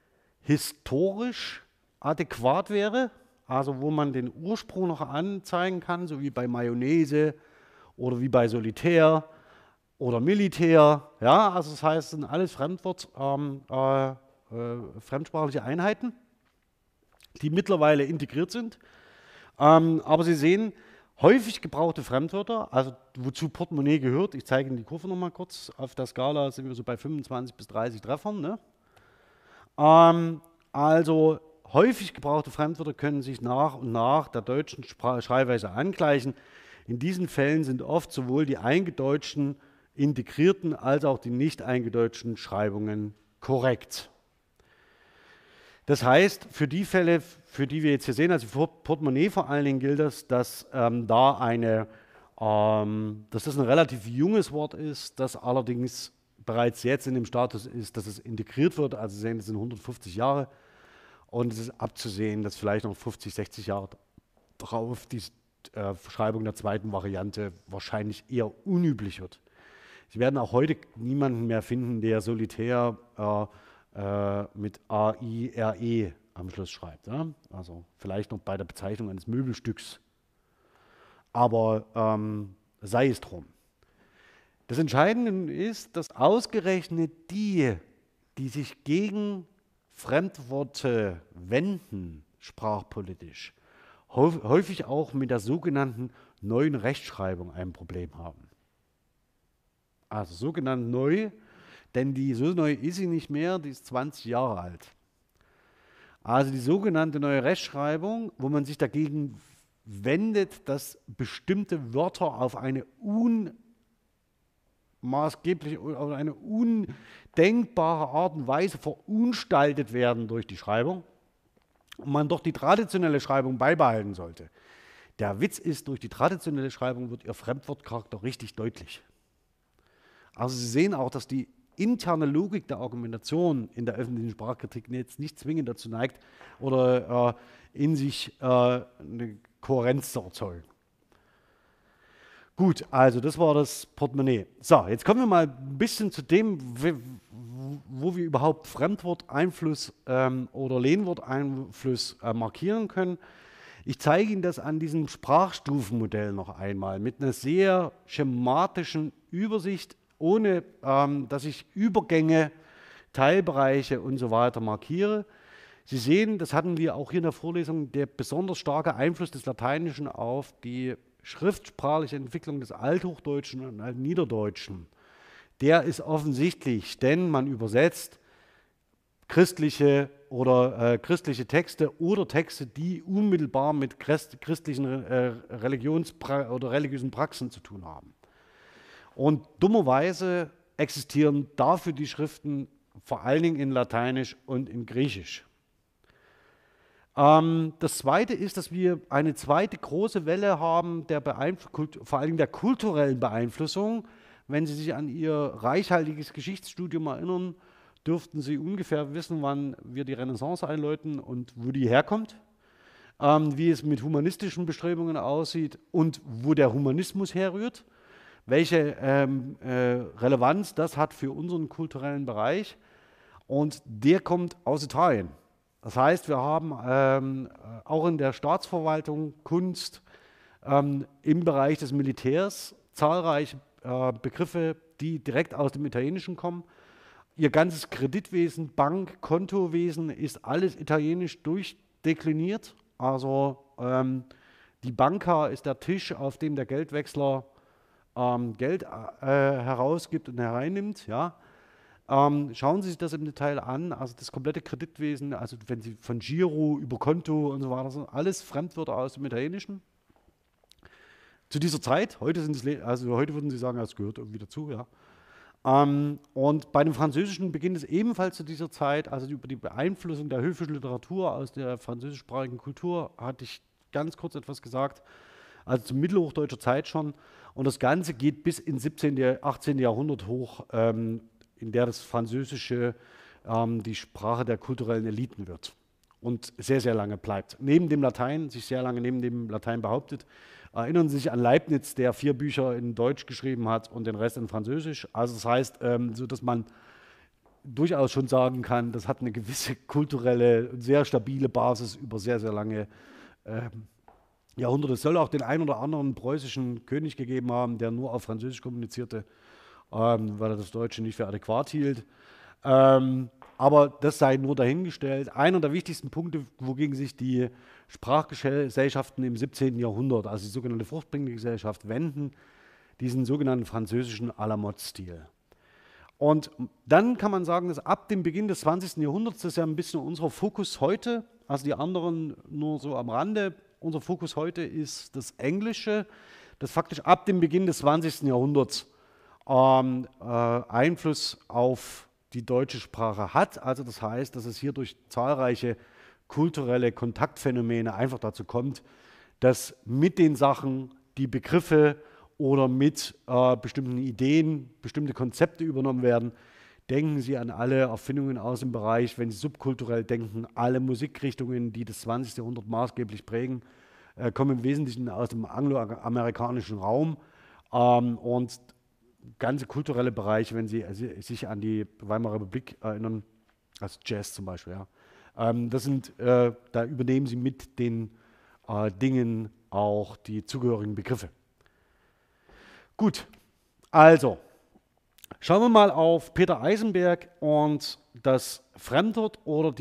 historisch adäquat wäre, also wo man den Ursprung noch anzeigen kann, so wie bei Mayonnaise oder wie bei Solitär oder Militär. Ja, also das heißt, es sind alles fremdsprachliche Einheiten, die mittlerweile integriert sind. Aber Sie sehen, häufig gebrauchte Fremdwörter, also wozu Portemonnaie gehört, ich zeige Ihnen die Kurve nochmal kurz, auf der Skala sind wir so bei 25 bis 30 Treffern. Ne? Also häufig gebrauchte Fremdwörter können sich nach und nach der deutschen Schreibweise angleichen. In diesen Fällen sind oft sowohl die eingedeutschten, integrierten als auch die nicht eingedeutschten Schreibungen korrekt. Das heißt, für die Fälle, für die wir jetzt hier sehen, also für Portemonnaie vor allen Dingen gilt es, dass dass das ein relativ junges Wort ist, das allerdings bereits jetzt in dem Status ist, dass es integriert wird. Also Sie sehen, das sind 150 Jahre und es ist abzusehen, dass vielleicht noch 50, 60 Jahre drauf die Verschreibung der zweiten Variante wahrscheinlich eher unüblich wird. Sie werden auch heute niemanden mehr finden, der solitär mit A-I-R-E am Schluss schreibt. Ja? Also vielleicht noch bei der Bezeichnung eines Möbelstücks. Aber sei es drum. Das Entscheidende ist, dass ausgerechnet die, die sich gegen Fremdworte wenden, sprachpolitisch, häufig auch mit der sogenannten neuen Rechtschreibung ein Problem haben. Also sogenannt neu, denn so neu ist sie nicht mehr, die ist 20 Jahre alt. Also die sogenannte neue Rechtschreibung, wo man sich dagegen wendet, dass bestimmte Wörter auf eine unmaßgebliche oder eine undenkbare Art und Weise verunstaltet werden durch die Schreibung und man doch die traditionelle Schreibung beibehalten sollte. Der Witz ist, durch die traditionelle Schreibung wird ihr Fremdwortcharakter richtig deutlich. Also Sie sehen auch, dass die interne Logik der Argumentation in der öffentlichen Sprachkritik jetzt nicht zwingend dazu neigt oder in sich eine Kohärenz zu erzeugen. Gut, also das war das Portemonnaie. So, jetzt kommen wir mal ein bisschen zu dem, wo wir überhaupt Fremdworteinfluss oder Lehnworteinfluss markieren können. Ich zeige Ihnen das an diesem Sprachstufenmodell noch einmal mit einer sehr schematischen Übersicht, ohne dass ich Übergänge, Teilbereiche und so weiter markiere. Sie sehen, das hatten wir auch hier in der Vorlesung, der besonders starke Einfluss des Lateinischen auf die schriftsprachliche Entwicklung des Althochdeutschen und Altniederdeutschen. Der ist offensichtlich, denn man übersetzt christliche Texte oder Texte, die unmittelbar mit christlichen oder religiösen Praxen zu tun haben. Und dummerweise existieren dafür die Schriften vor allen Dingen in Lateinisch und in Griechisch. Das Zweite ist, dass wir eine zweite große Welle haben, vor allen Dingen der kulturellen Beeinflussung. Wenn Sie sich an Ihr reichhaltiges Geschichtsstudium erinnern, dürften Sie ungefähr wissen, wann wir die Renaissance einläuten und wo die herkommt, wie es mit humanistischen Bestrebungen aussieht und wo der Humanismus herrührt, welche Relevanz das hat für unseren kulturellen Bereich. Und der kommt aus Italien. Das heißt, wir haben auch in der Staatsverwaltung, Kunst, im Bereich des Militärs zahlreiche Begriffe, die direkt aus dem Italienischen kommen. Ihr ganzes Kreditwesen, Bank, Kontowesen ist alles italienisch durchdekliniert. Also die Banca ist der Tisch, auf dem der Geldwechsler Geld herausgibt und hereinnimmt. Ja. Schauen Sie sich das im Detail an, also das komplette Kreditwesen, also wenn Sie von Giro über Konto und so weiter, sind alles Fremdwörter aus dem Italienischen. Zu dieser Zeit, heute würden Sie sagen, es gehört irgendwie dazu, ja. Und bei dem Französischen beginnt es ebenfalls zu dieser Zeit, also über die Beeinflussung der höfischen Literatur aus der französischsprachigen Kultur hatte ich ganz kurz etwas gesagt, also zu mittelhochdeutscher Zeit schon. Und das Ganze geht bis ins 17., 18. Jahrhundert hoch, in der das Französische die Sprache der kulturellen Eliten wird und sehr, sehr lange bleibt. Neben dem Latein, sich sehr lange neben dem Latein behauptet. Erinnern Sie sich an Leibniz, der 4 Bücher in Deutsch geschrieben hat und den Rest in Französisch. Also das heißt, so dass man durchaus schon sagen kann, das hat eine gewisse kulturelle, sehr stabile Basis über sehr, sehr lange Jahrhunderte. Es soll auch den einen oder anderen preußischen König gegeben haben, der nur auf Französisch kommunizierte, weil er das Deutsche nicht für adäquat hielt. Aber das sei nur dahingestellt. Einer der wichtigsten Punkte, wogegen sich die Sprachgesellschaften im 17. Jahrhundert, also die sogenannte fruchtbringende Gesellschaft, wenden, diesen sogenannten französischen à la mode-Stil. Und dann kann man sagen, dass ab dem Beginn des 20. Jahrhunderts, das ist ja ein bisschen unser Fokus heute, also die anderen nur so am Rande, unser Fokus heute ist das Englische, das faktisch ab dem Beginn des 20. Jahrhunderts Einfluss auf die deutsche Sprache hat. Also das heißt, dass es hier durch zahlreiche kulturelle Kontaktphänomene einfach dazu kommt, dass mit den Sachen die Begriffe oder mit bestimmten Ideen bestimmte Konzepte übernommen werden. Denken Sie an alle Erfindungen aus dem Bereich, wenn Sie subkulturell denken, alle Musikrichtungen, die das 20. Jahrhundert maßgeblich prägen, kommen im Wesentlichen aus dem angloamerikanischen Raum. Und ganze kulturelle Bereiche, wenn Sie sich an die Weimarer Republik erinnern, also Jazz zum Beispiel, ja. Da übernehmen Sie mit den Dingen auch die zugehörigen Begriffe. Gut, also schauen wir mal auf Peter Eisenberg und das Fremdwort oder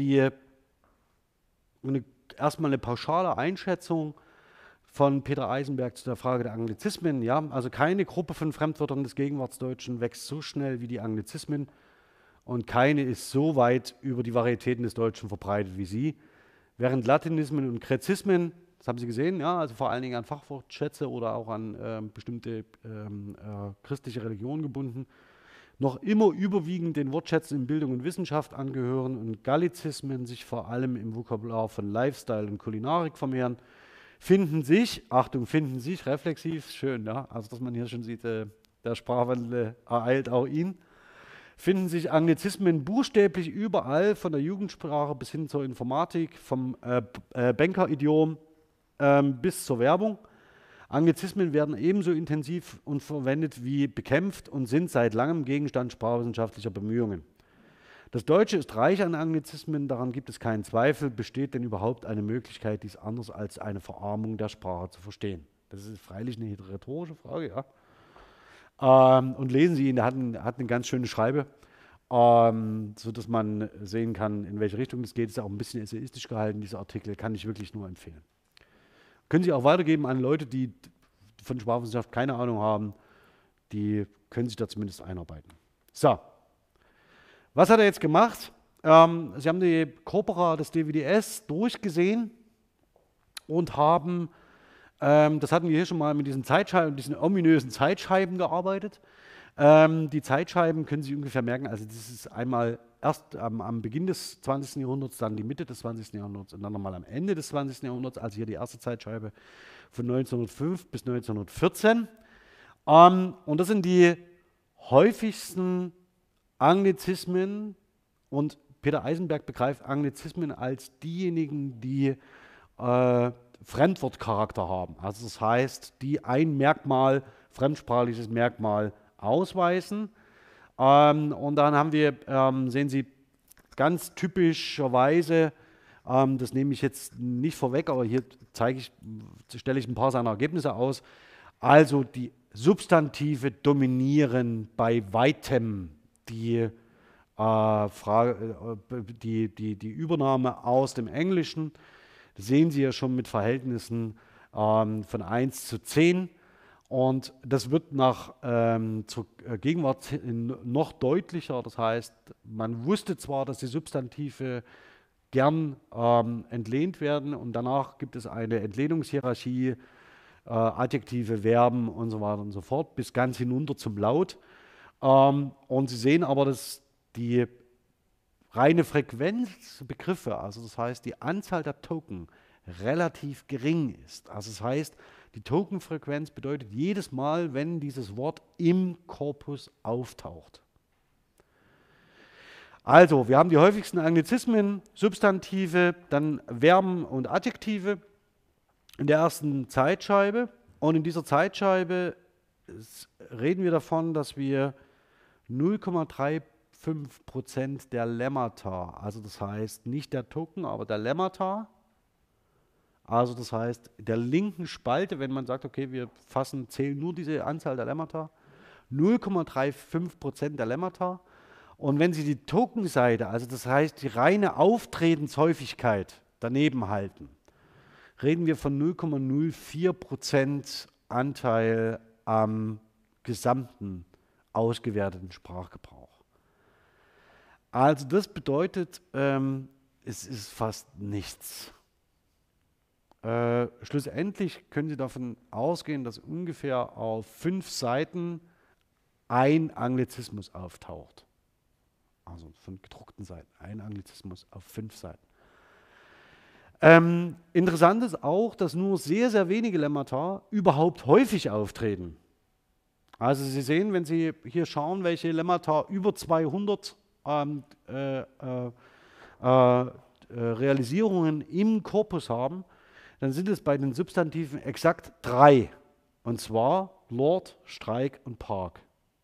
erstmal eine pauschale Einschätzung von Peter Eisenberg zu der Frage der Anglizismen. Ja, also keine Gruppe von Fremdwörtern des Gegenwartsdeutschen wächst so schnell wie die Anglizismen und keine ist so weit über die Varietäten des Deutschen verbreitet wie sie. Während Latinismen und Gräzismen, das haben Sie gesehen, ja, also vor allen Dingen an Fachwortschätze oder auch an bestimmte christliche Religionen gebunden, noch immer überwiegend den Wortschätzen in Bildung und Wissenschaft angehören und Gallizismen sich vor allem im Vokabular von Lifestyle und Kulinarik vermehren, finden sich reflexiv, schön, ja, also dass man hier schon sieht, der Sprachwandel ereilt auch ihn, finden sich Anglizismen buchstäblich überall, von der Jugendsprache bis hin zur Informatik, vom Bankeridiom bis zur Werbung. Anglizismen werden ebenso intensiv und verwendet wie bekämpft und sind seit langem Gegenstand sprachwissenschaftlicher Bemühungen. Das Deutsche ist reich an Anglizismen, daran gibt es keinen Zweifel. Besteht denn überhaupt eine Möglichkeit, dies anders als eine Verarmung der Sprache zu verstehen? Das ist freilich eine rhetorische Frage, ja. Und lesen Sie ihn, er hat eine ganz schöne Schreibe, sodass man sehen kann, in welche Richtung es geht. Es ist auch ein bisschen essayistisch gehalten, dieser Artikel, kann ich wirklich nur empfehlen. Können Sie auch weitergeben an Leute, die von Sprachwissenschaft keine Ahnung haben, die können sich da zumindest einarbeiten. So, was hat er jetzt gemacht? Sie haben die Corpora des DWDS durchgesehen und haben, das hatten wir hier schon mal mit diesen Zeitscheiben, diesen ominösen Zeitscheiben gearbeitet. Die Zeitscheiben können Sie ungefähr merken, also das ist einmal erst am Beginn des 20. Jahrhunderts, dann die Mitte des 20. Jahrhunderts und dann nochmal am Ende des 20. Jahrhunderts, also hier die erste Zeitscheibe von 1905 bis 1914. Und das sind die häufigsten Anglizismen und Peter Eisenberg begreift Anglizismen als diejenigen, die Fremdwortcharakter haben. Also das heißt, die ein Merkmal, fremdsprachliches Merkmal ausweisen. Und dann haben wir, sehen Sie, ganz typischerweise, das nehme ich jetzt nicht vorweg, aber hier stelle ich ein paar seiner Ergebnisse aus. Also die Substantive dominieren bei weitem die Übernahme aus dem Englischen. Das sehen Sie ja schon mit Verhältnissen von 1 zu 10. Und das wird zur Gegenwart hin noch deutlicher. Das heißt, man wusste zwar, dass die Substantive gern entlehnt werden und danach gibt es eine Entlehnungshierarchie, Adjektive, Verben und so weiter und so fort, bis ganz hinunter zum Laut. Und Sie sehen aber, dass die reine Frequenzbegriffe, also das heißt die Anzahl der Token, relativ gering ist. Also das heißt, die Tokenfrequenz bedeutet jedes Mal, wenn dieses Wort im Korpus auftaucht. Also, wir haben die häufigsten Anglizismen, Substantive, dann Verben und Adjektive in der ersten Zeitscheibe. Und in dieser Zeitscheibe reden wir davon, dass wir 0,35% der Lemmata, also das heißt nicht der Token, aber der Lemmata, also das heißt, der linken Spalte, wenn man sagt, okay, wir zählen nur diese Anzahl der Lemmata, 0,35% der Lemmata. Und wenn Sie die Tokenseite, also das heißt die reine Auftragenshäufigkeit daneben halten, reden wir von 0,04% Anteil am gesamten ausgewerteten Sprachgebrauch. Also das bedeutet, es ist fast nichts. Schlussendlich können Sie davon ausgehen, dass ungefähr auf 5 Seiten ein Anglizismus auftaucht. Also von gedruckten Seiten. Ein Anglizismus auf 5 Seiten. Interessant ist auch, dass nur sehr, sehr wenige Lemmata überhaupt häufig auftreten. Also Sie sehen, wenn Sie hier schauen, welche Lemmata über 200 Realisierungen im Korpus haben, dann sind es bei den Substantiven exakt 3. Und zwar Lord, Streik und Park.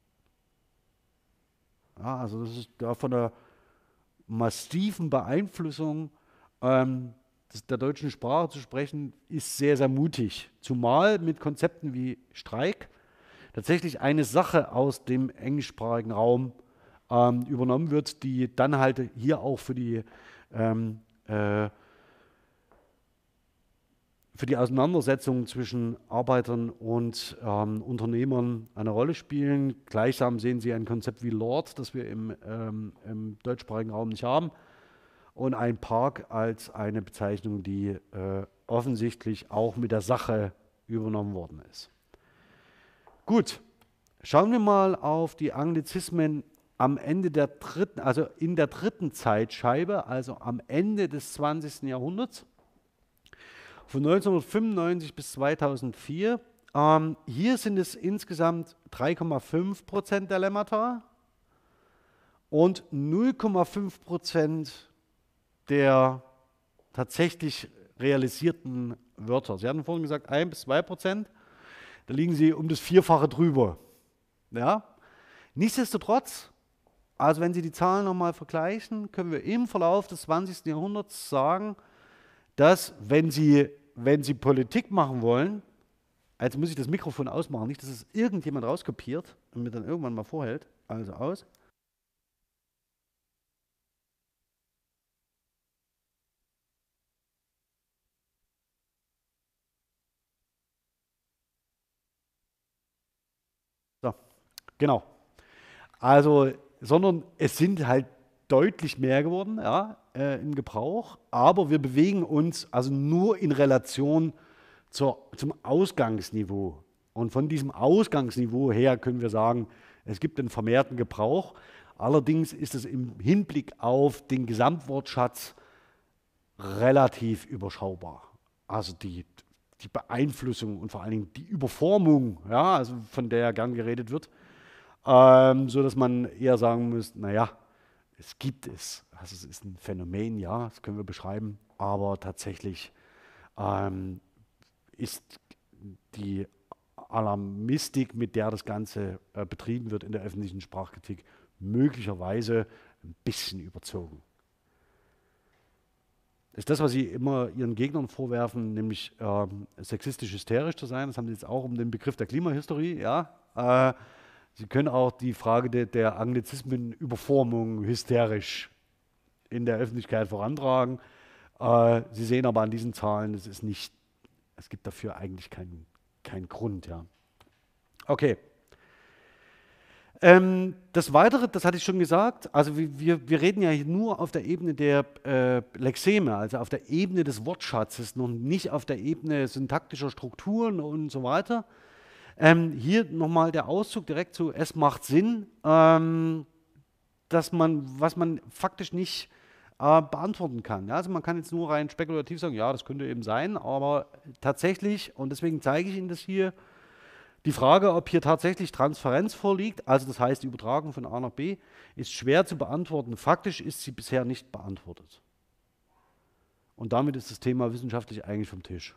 Ja, also das ist da von einer massiven Beeinflussung der deutschen Sprache zu sprechen, ist sehr, sehr mutig. Zumal mit Konzepten wie Streik tatsächlich eine Sache aus dem englischsprachigen Raum übernommen wird, die dann halt hier auch für die Auseinandersetzung zwischen Arbeitern und Unternehmern eine Rolle spielen. Gleichsam sehen Sie ein Konzept wie Lord, das wir im deutschsprachigen Raum nicht haben, und ein Park als eine Bezeichnung, die offensichtlich auch mit der Sache übernommen worden ist. Gut, schauen wir mal auf die Anglizismen am Ende der dritten, also in der dritten Zeitscheibe, also am Ende des 20. Jahrhunderts, von 1995 bis 2004. Hier sind es insgesamt 3,5% der Lemmata und 0,5% der tatsächlich realisierten Wörter. Sie hatten vorhin gesagt 1 bis 2%, da liegen Sie um das Vierfache drüber. Ja? Nichtsdestotrotz, also wenn Sie die Zahlen nochmal vergleichen, können wir im Verlauf des 20. Jahrhunderts sagen, dass wenn Sie Politik machen wollen, jetzt muss ich das Mikrofon ausmachen, nicht, dass es irgendjemand rauskopiert und mir dann irgendwann mal vorhält, also aus. So, genau. Also, sondern es sind halt deutlich mehr geworden, ja, im Gebrauch, aber wir bewegen uns also nur in Relation zum Ausgangsniveau. Und von diesem Ausgangsniveau her können wir sagen, es gibt einen vermehrten Gebrauch. Allerdings ist es im Hinblick auf den Gesamtwortschatz relativ überschaubar. Also die Beeinflussung und vor allen Dingen die Überformung, ja, also von der gern geredet wird, so dass man eher sagen muss, naja, es gibt es. Also es ist ein Phänomen, ja, das können wir beschreiben, aber tatsächlich ist die Alarmistik, mit der das Ganze betrieben wird in der öffentlichen Sprachkritik, möglicherweise ein bisschen überzogen. Das ist das, was Sie immer Ihren Gegnern vorwerfen, nämlich sexistisch hysterisch zu sein. Das haben Sie jetzt auch um den Begriff der Klimahysterie. Ja? Sie können auch die Frage der Anglizismenüberformung hysterisch in der Öffentlichkeit vorantragen. Sie sehen aber an diesen Zahlen, es gibt dafür eigentlich keinen Grund. Ja. Okay. Das Weitere, das hatte ich schon gesagt, also wir reden ja hier nur auf der Ebene der Lexeme, also auf der Ebene des Wortschatzes, noch nicht auf der Ebene syntaktischer Strukturen und so weiter. Hier nochmal der Auszug direkt zu es macht Sinn, was man faktisch nicht beantworten kann. Ja, also man kann jetzt nur rein spekulativ sagen, ja, das könnte eben sein, aber tatsächlich, und deswegen zeige ich Ihnen das hier, die Frage, ob hier tatsächlich Transferenz vorliegt, also das heißt die Übertragung von A nach B, ist schwer zu beantworten. Faktisch ist sie bisher nicht beantwortet. Und damit ist das Thema wissenschaftlich eigentlich vom Tisch.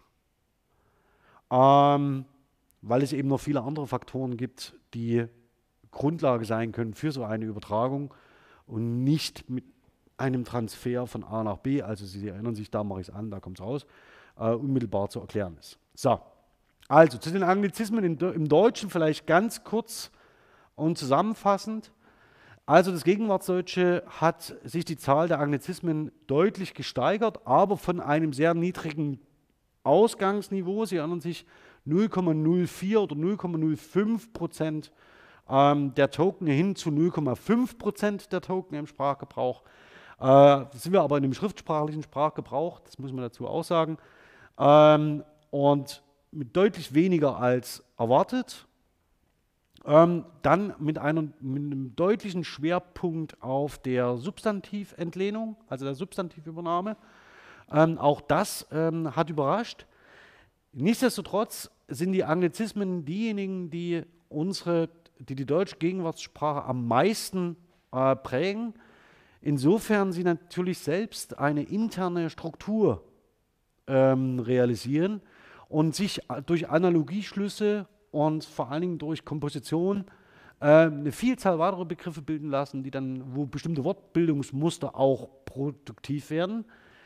Weil es eben noch viele andere Faktoren gibt, die Grundlage sein können für so eine Übertragung und nicht mit einem Transfer von A nach B, also Sie erinnern sich, da mache ich es an, da kommt es raus, unmittelbar zu erklären ist. So. Also zu den Anglizismen im Deutschen vielleicht ganz kurz und zusammenfassend. Also das Gegenwartsdeutsche hat sich die Zahl der Anglizismen deutlich gesteigert, aber von einem sehr niedrigen Ausgangsniveau. Sie erinnern sich, 0,04 oder 0,05% der Token hin zu 0,5% der Token im Sprachgebrauch. Das sind wir aber in dem schriftsprachlichen Sprachgebrauch, das muss man dazu auch sagen. Und mit deutlich weniger als erwartet. Dann mit einem deutlichen Schwerpunkt auf der Substantiventlehnung, also der Substantivübernahme. Auch das hat überrascht. Nichtsdestotrotz sind die Anglizismen diejenigen, die die deutsche Gegenwartssprache am meisten prägen. Insofern sie natürlich selbst eine interne Struktur realisieren und sich durch Analogieschlüsse und vor allen Dingen durch Komposition eine Vielzahl weiterer Begriffe bilden lassen, wo bestimmte Wortbildungsmuster auch produktiv werden.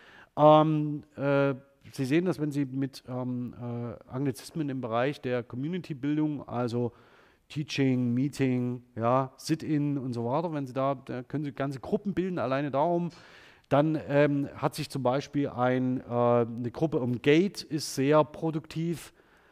Sie sehen das, wenn Sie mit Anglizismen im Bereich der Community-Bildung, also Teaching, Meeting, ja, Sit-in und so weiter, wenn Sie da können Sie ganze Gruppen bilden, alleine darum. Dann hat sich zum Beispiel eine Gruppe Gate ist sehr produktiv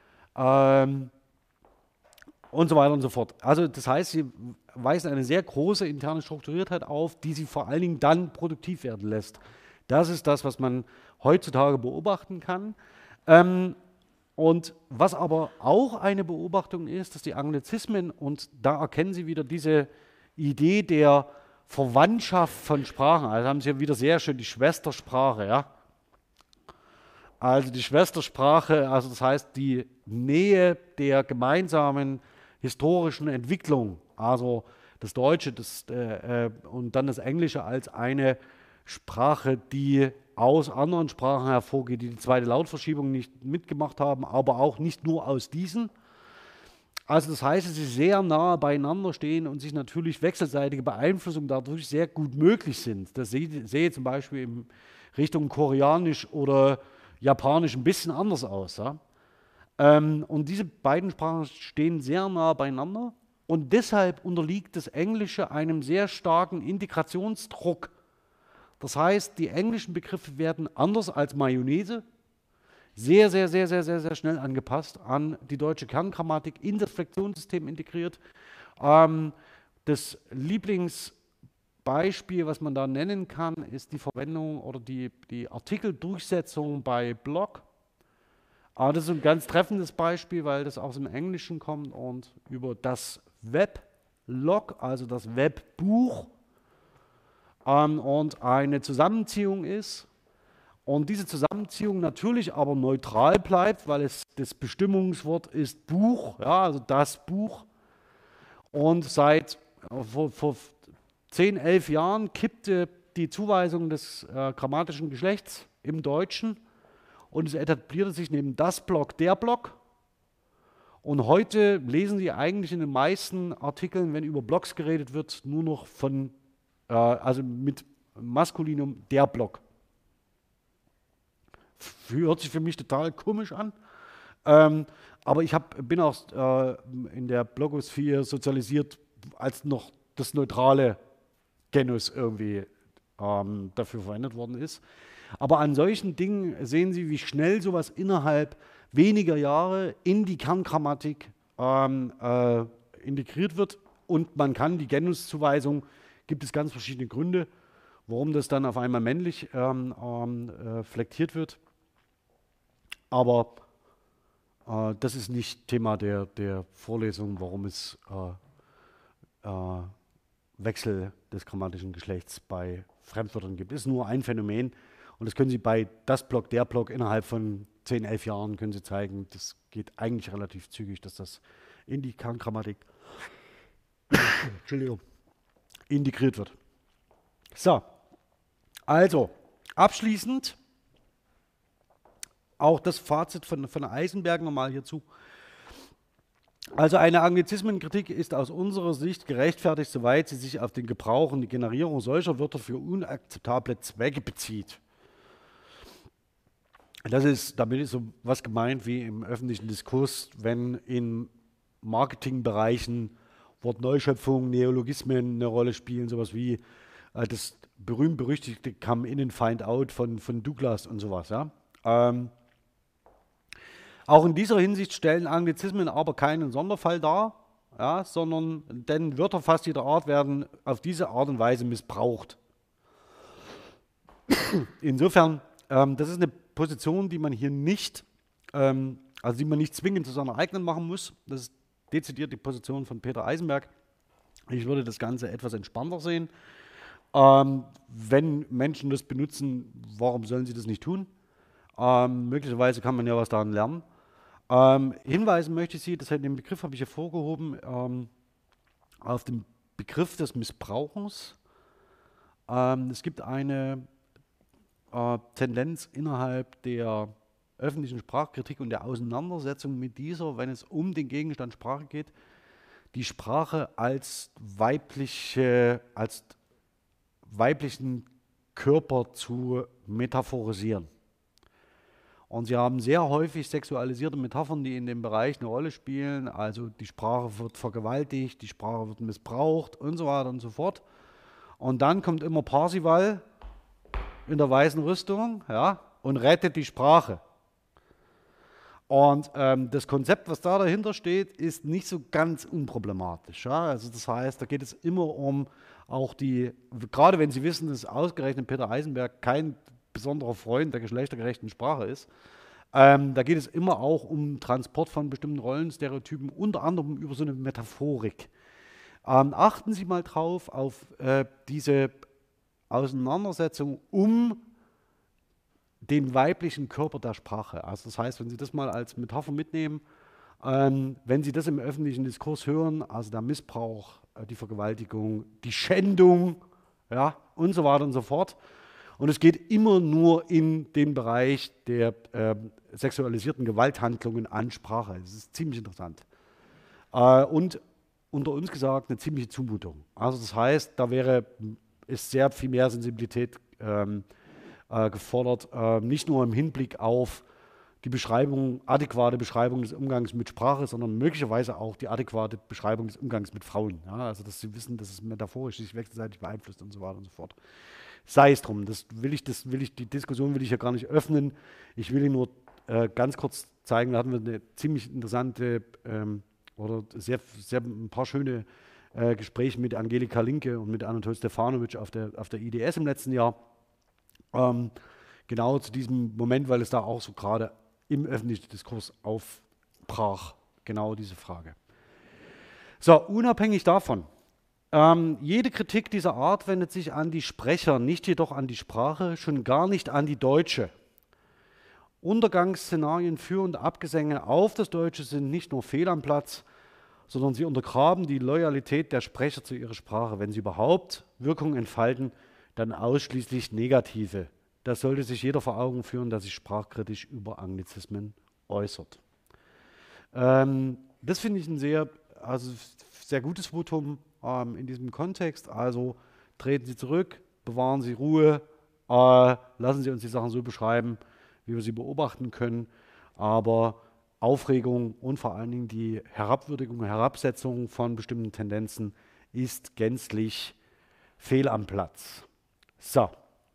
und so weiter und so fort. Also das heißt, Sie weisen eine sehr große interne Strukturiertheit auf, die Sie vor allen Dingen dann produktiv werden lässt. Das ist das, was man heutzutage beobachten kann. Und was aber auch eine Beobachtung ist, dass die Anglizismen, und da erkennen Sie wieder diese Idee der Verwandtschaft von Sprachen, also haben Sie ja wieder sehr schön die Schwestersprache, ja. Also die Schwestersprache, also das heißt die Nähe der gemeinsamen historischen Entwicklung, also das Deutsche und dann das Englische als eine Sprache, die aus anderen Sprachen hervorgeht, die zweite Lautverschiebung nicht mitgemacht haben, aber auch nicht nur aus diesen. Also das heißt, dass sie sehr nah beieinander stehen und sich natürlich wechselseitige Beeinflussungen dadurch sehr gut möglich sind. Das sehe zum Beispiel in Richtung Koreanisch oder Japanisch ein bisschen anders aus. Ja? Und diese beiden Sprachen stehen sehr nah beieinander und deshalb unterliegt das Englische einem sehr starken Integrationsdruck. Das heißt, die englischen Begriffe werden anders als Mayonnaise sehr, sehr, sehr, sehr, sehr, sehr schnell angepasst an die deutsche Kerngrammatik, in das Flexionssystem integriert. Das Lieblingsbeispiel, was man da nennen kann, ist die Verwendung oder die Artikeldurchsetzung bei Blog. Das ist ein ganz treffendes Beispiel, weil das aus dem Englischen kommt und über das Weblog, also das Webbuch, und eine Zusammenziehung ist und diese Zusammenziehung natürlich aber neutral bleibt, weil das Bestimmungswort ist Buch, ja, also das Buch. Und vor 10, 11 Jahren kippte die Zuweisung des grammatischen Geschlechts im Deutschen und es etablierte sich neben das Block der Block. Und heute lesen Sie eigentlich in den meisten Artikeln, wenn über Blocks geredet wird, nur noch also mit Maskulinum der Block. Hört sich für mich total komisch an. Aber ich bin auch in der Blogosphäre sozialisiert, als noch das neutrale Genus irgendwie dafür verwendet worden ist. Aber an solchen Dingen sehen Sie, wie schnell sowas innerhalb weniger Jahre in die Kerngrammatik integriert wird. Und man kann die Genuszuweisung, gibt es ganz verschiedene Gründe, warum das dann auf einmal männlich flektiert wird. Aber das ist nicht Thema der Vorlesung, warum es Wechsel des grammatischen Geschlechts bei Fremdwörtern gibt. Das ist nur ein Phänomen und das können Sie bei das Block, der Block innerhalb von 10, 11 Jahren können Sie zeigen. Das geht eigentlich relativ zügig, dass das in die Kerngrammatik Entschuldigung, integriert wird. So, also abschließend auch das Fazit von Eisenberg nochmal hierzu. Also eine Anglizismenkritik ist aus unserer Sicht gerechtfertigt, soweit sie sich auf den Gebrauch und die Generierung solcher Wörter für unakzeptable Zwecke bezieht. Damit ist so was gemeint wie im öffentlichen Diskurs, wenn in Marketingbereichen Wortneuschöpfungen, Neologismen eine Rolle spielen, sowas wie das berühmt-berüchtigte Come in and find out von Douglas und sowas. Ja? Auch in dieser Hinsicht stellen Anglizismen aber keinen Sonderfall dar, ja, denn Wörter fast jeder Art werden auf diese Art und Weise missbraucht. Insofern, das ist eine Position, die man hier nicht, also die man nicht zwingend zu seiner eigenen machen muss. Das ist dezidiert die Position von Peter Eisenberg. Ich würde das Ganze etwas entspannter sehen. Wenn Menschen das benutzen, warum sollen sie das nicht tun? Möglicherweise kann man ja was daran lernen. Hinweisen möchte ich Sie, den Begriff habe ich hervorgehoben, auf den Begriff des Missbrauchens. Es gibt eine Tendenz innerhalb der öffentlichen Sprachkritik und der Auseinandersetzung mit dieser, wenn es um den Gegenstand Sprache geht, die Sprache als weiblichen Körper zu metaphorisieren. Und sie haben sehr häufig sexualisierte Metaphern, die in dem Bereich eine Rolle spielen. Also die Sprache wird vergewaltigt, die Sprache wird missbraucht und so weiter und so fort. Und dann kommt immer Parzival in der weißen Rüstung, ja, und rettet die Sprache. Und das Konzept, was da dahinter steht, ist nicht so ganz unproblematisch. Ja? Also das heißt, da geht es immer um auch gerade wenn Sie wissen, dass ausgerechnet Peter Eisenberg kein besonderer Freund der geschlechtergerechten Sprache ist, da geht es immer auch um Transport von bestimmten Rollenstereotypen, unter anderem über so eine Metaphorik. Achten Sie mal drauf auf diese Auseinandersetzung um den weiblichen Körper der Sprache. Also das heißt, wenn Sie das mal als Metapher mitnehmen, wenn Sie das im öffentlichen Diskurs hören, also der Missbrauch, die Vergewaltigung, die Schändung, ja, und so weiter und so fort. Und es geht immer nur in den Bereich der sexualisierten Gewalthandlungen an Sprache. Das ist ziemlich interessant. Und unter uns gesagt, eine ziemliche Zumutung. Also das heißt, ist sehr viel mehr Sensibilität gefordert, nicht nur im Hinblick auf die adäquate Beschreibung des Umgangs mit Sprache, sondern möglicherweise auch die adäquate Beschreibung des Umgangs mit Frauen. Ja, also dass sie wissen, dass es metaphorisch sich wechselseitig beeinflusst und so weiter und so fort. Sei es drum, die Diskussion will ich ja gar nicht öffnen. Ich will Ihnen nur ganz kurz zeigen, da hatten wir eine ziemlich interessante oder ein paar schöne Gespräche mit Angelika Linke und mit Anatol Stefanovic auf der IDS im letzten Jahr. Genau zu diesem Moment, weil es da auch so gerade im öffentlichen Diskurs aufbrach, genau diese Frage. So, unabhängig davon, jede Kritik dieser Art wendet sich an die Sprecher, nicht jedoch an die Sprache, schon gar nicht an die Deutsche. Untergangsszenarien für und Abgesänge auf das Deutsche sind nicht nur fehl am Platz, sondern sie untergraben die Loyalität der Sprecher zu ihrer Sprache. Wenn sie überhaupt Wirkung entfalten, dann ausschließlich negative. Das sollte sich jeder vor Augen führen, der sich sprachkritisch über Anglizismen äußert. Das finde ich ein sehr gutes Votum in diesem Kontext. Also treten Sie zurück, bewahren Sie Ruhe, lassen Sie uns die Sachen so beschreiben, wie wir sie beobachten können. Aber Aufregung und vor allen Dingen die Herabwürdigung, Herabsetzung von bestimmten Tendenzen ist gänzlich fehl am Platz. So.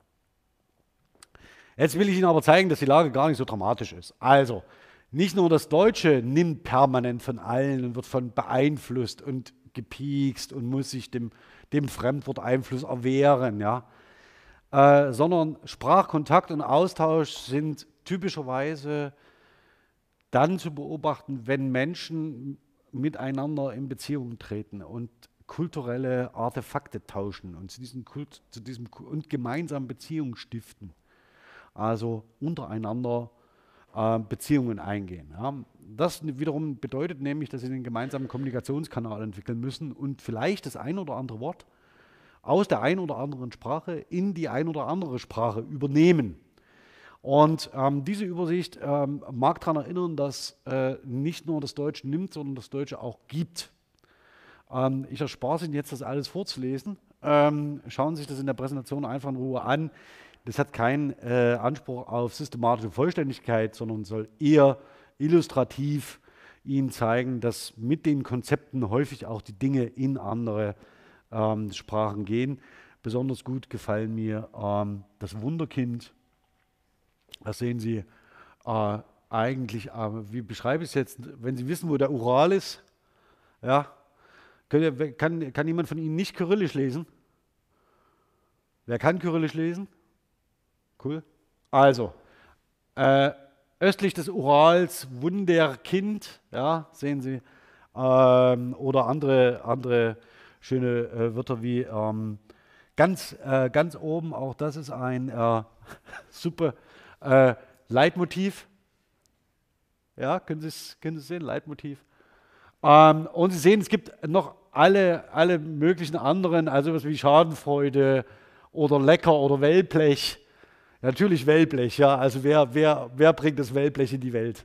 Jetzt will ich Ihnen aber zeigen, dass die Lage gar nicht so dramatisch ist. Also, nicht nur das Deutsche nimmt permanent von allen und wird von beeinflusst und gepiekst und muss sich dem Fremdworteinfluss erwehren, ja? Sondern Sprachkontakt und Austausch sind typischerweise dann zu beobachten, wenn Menschen miteinander in Beziehung treten und kulturelle Artefakte tauschen und und gemeinsam Beziehungen stiften. Also untereinander Beziehungen eingehen. Ja. Das wiederum bedeutet nämlich, dass sie einen gemeinsamen Kommunikationskanal entwickeln müssen und vielleicht das ein oder andere Wort aus der ein oder anderen Sprache in die ein oder andere Sprache übernehmen. Und diese Übersicht mag daran erinnern, dass nicht nur das Deutsche nimmt, sondern das Deutsche auch gibt. Ich erspare es Ihnen jetzt, das alles vorzulesen. Schauen Sie sich das in der Präsentation einfach in Ruhe an. Das hat keinen Anspruch auf systematische Vollständigkeit, sondern soll eher illustrativ Ihnen zeigen, dass mit den Konzepten häufig auch die Dinge in andere Sprachen gehen. Besonders gut gefallen mir das Wunderkind. Das sehen Sie eigentlich, wie beschreibe ich es jetzt, wenn Sie wissen, wo der Ural ist, ja, kann jemand von Ihnen nicht Kyrillisch lesen? Wer kann Kyrillisch lesen? Cool. Also, östlich des Urals, Wunderkind, ja, sehen Sie, oder andere schöne Wörter wie ganz oben, auch das ist ein super Leitmotiv. Ja, können Sie es sehen? Leitmotiv. Und Sie sehen, es gibt noch alle möglichen anderen, also was wie Schadenfreude oder lecker oder Wellblech. Natürlich Wellblech, ja. Also wer bringt das Wellblech in die Welt?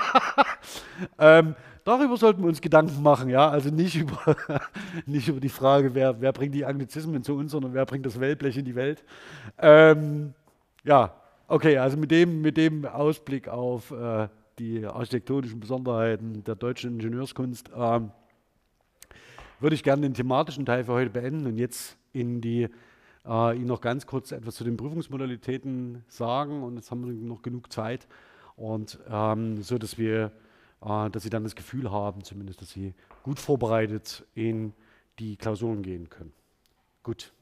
Darüber sollten wir uns Gedanken machen, ja. Also nicht über, nicht über die Frage, wer bringt die Anglizismen zu uns, sondern wer bringt das Wellblech in die Welt. Ja, okay, also mit dem Ausblick auf die architektonischen Besonderheiten der deutschen Ingenieurskunst würde ich gerne den thematischen Teil für heute beenden und jetzt Ihnen noch ganz kurz etwas zu den Prüfungsmodalitäten sagen. Und jetzt haben wir noch genug Zeit und so, dass Sie dann das Gefühl haben, zumindest, dass Sie gut vorbereitet in die Klausuren gehen können. Gut.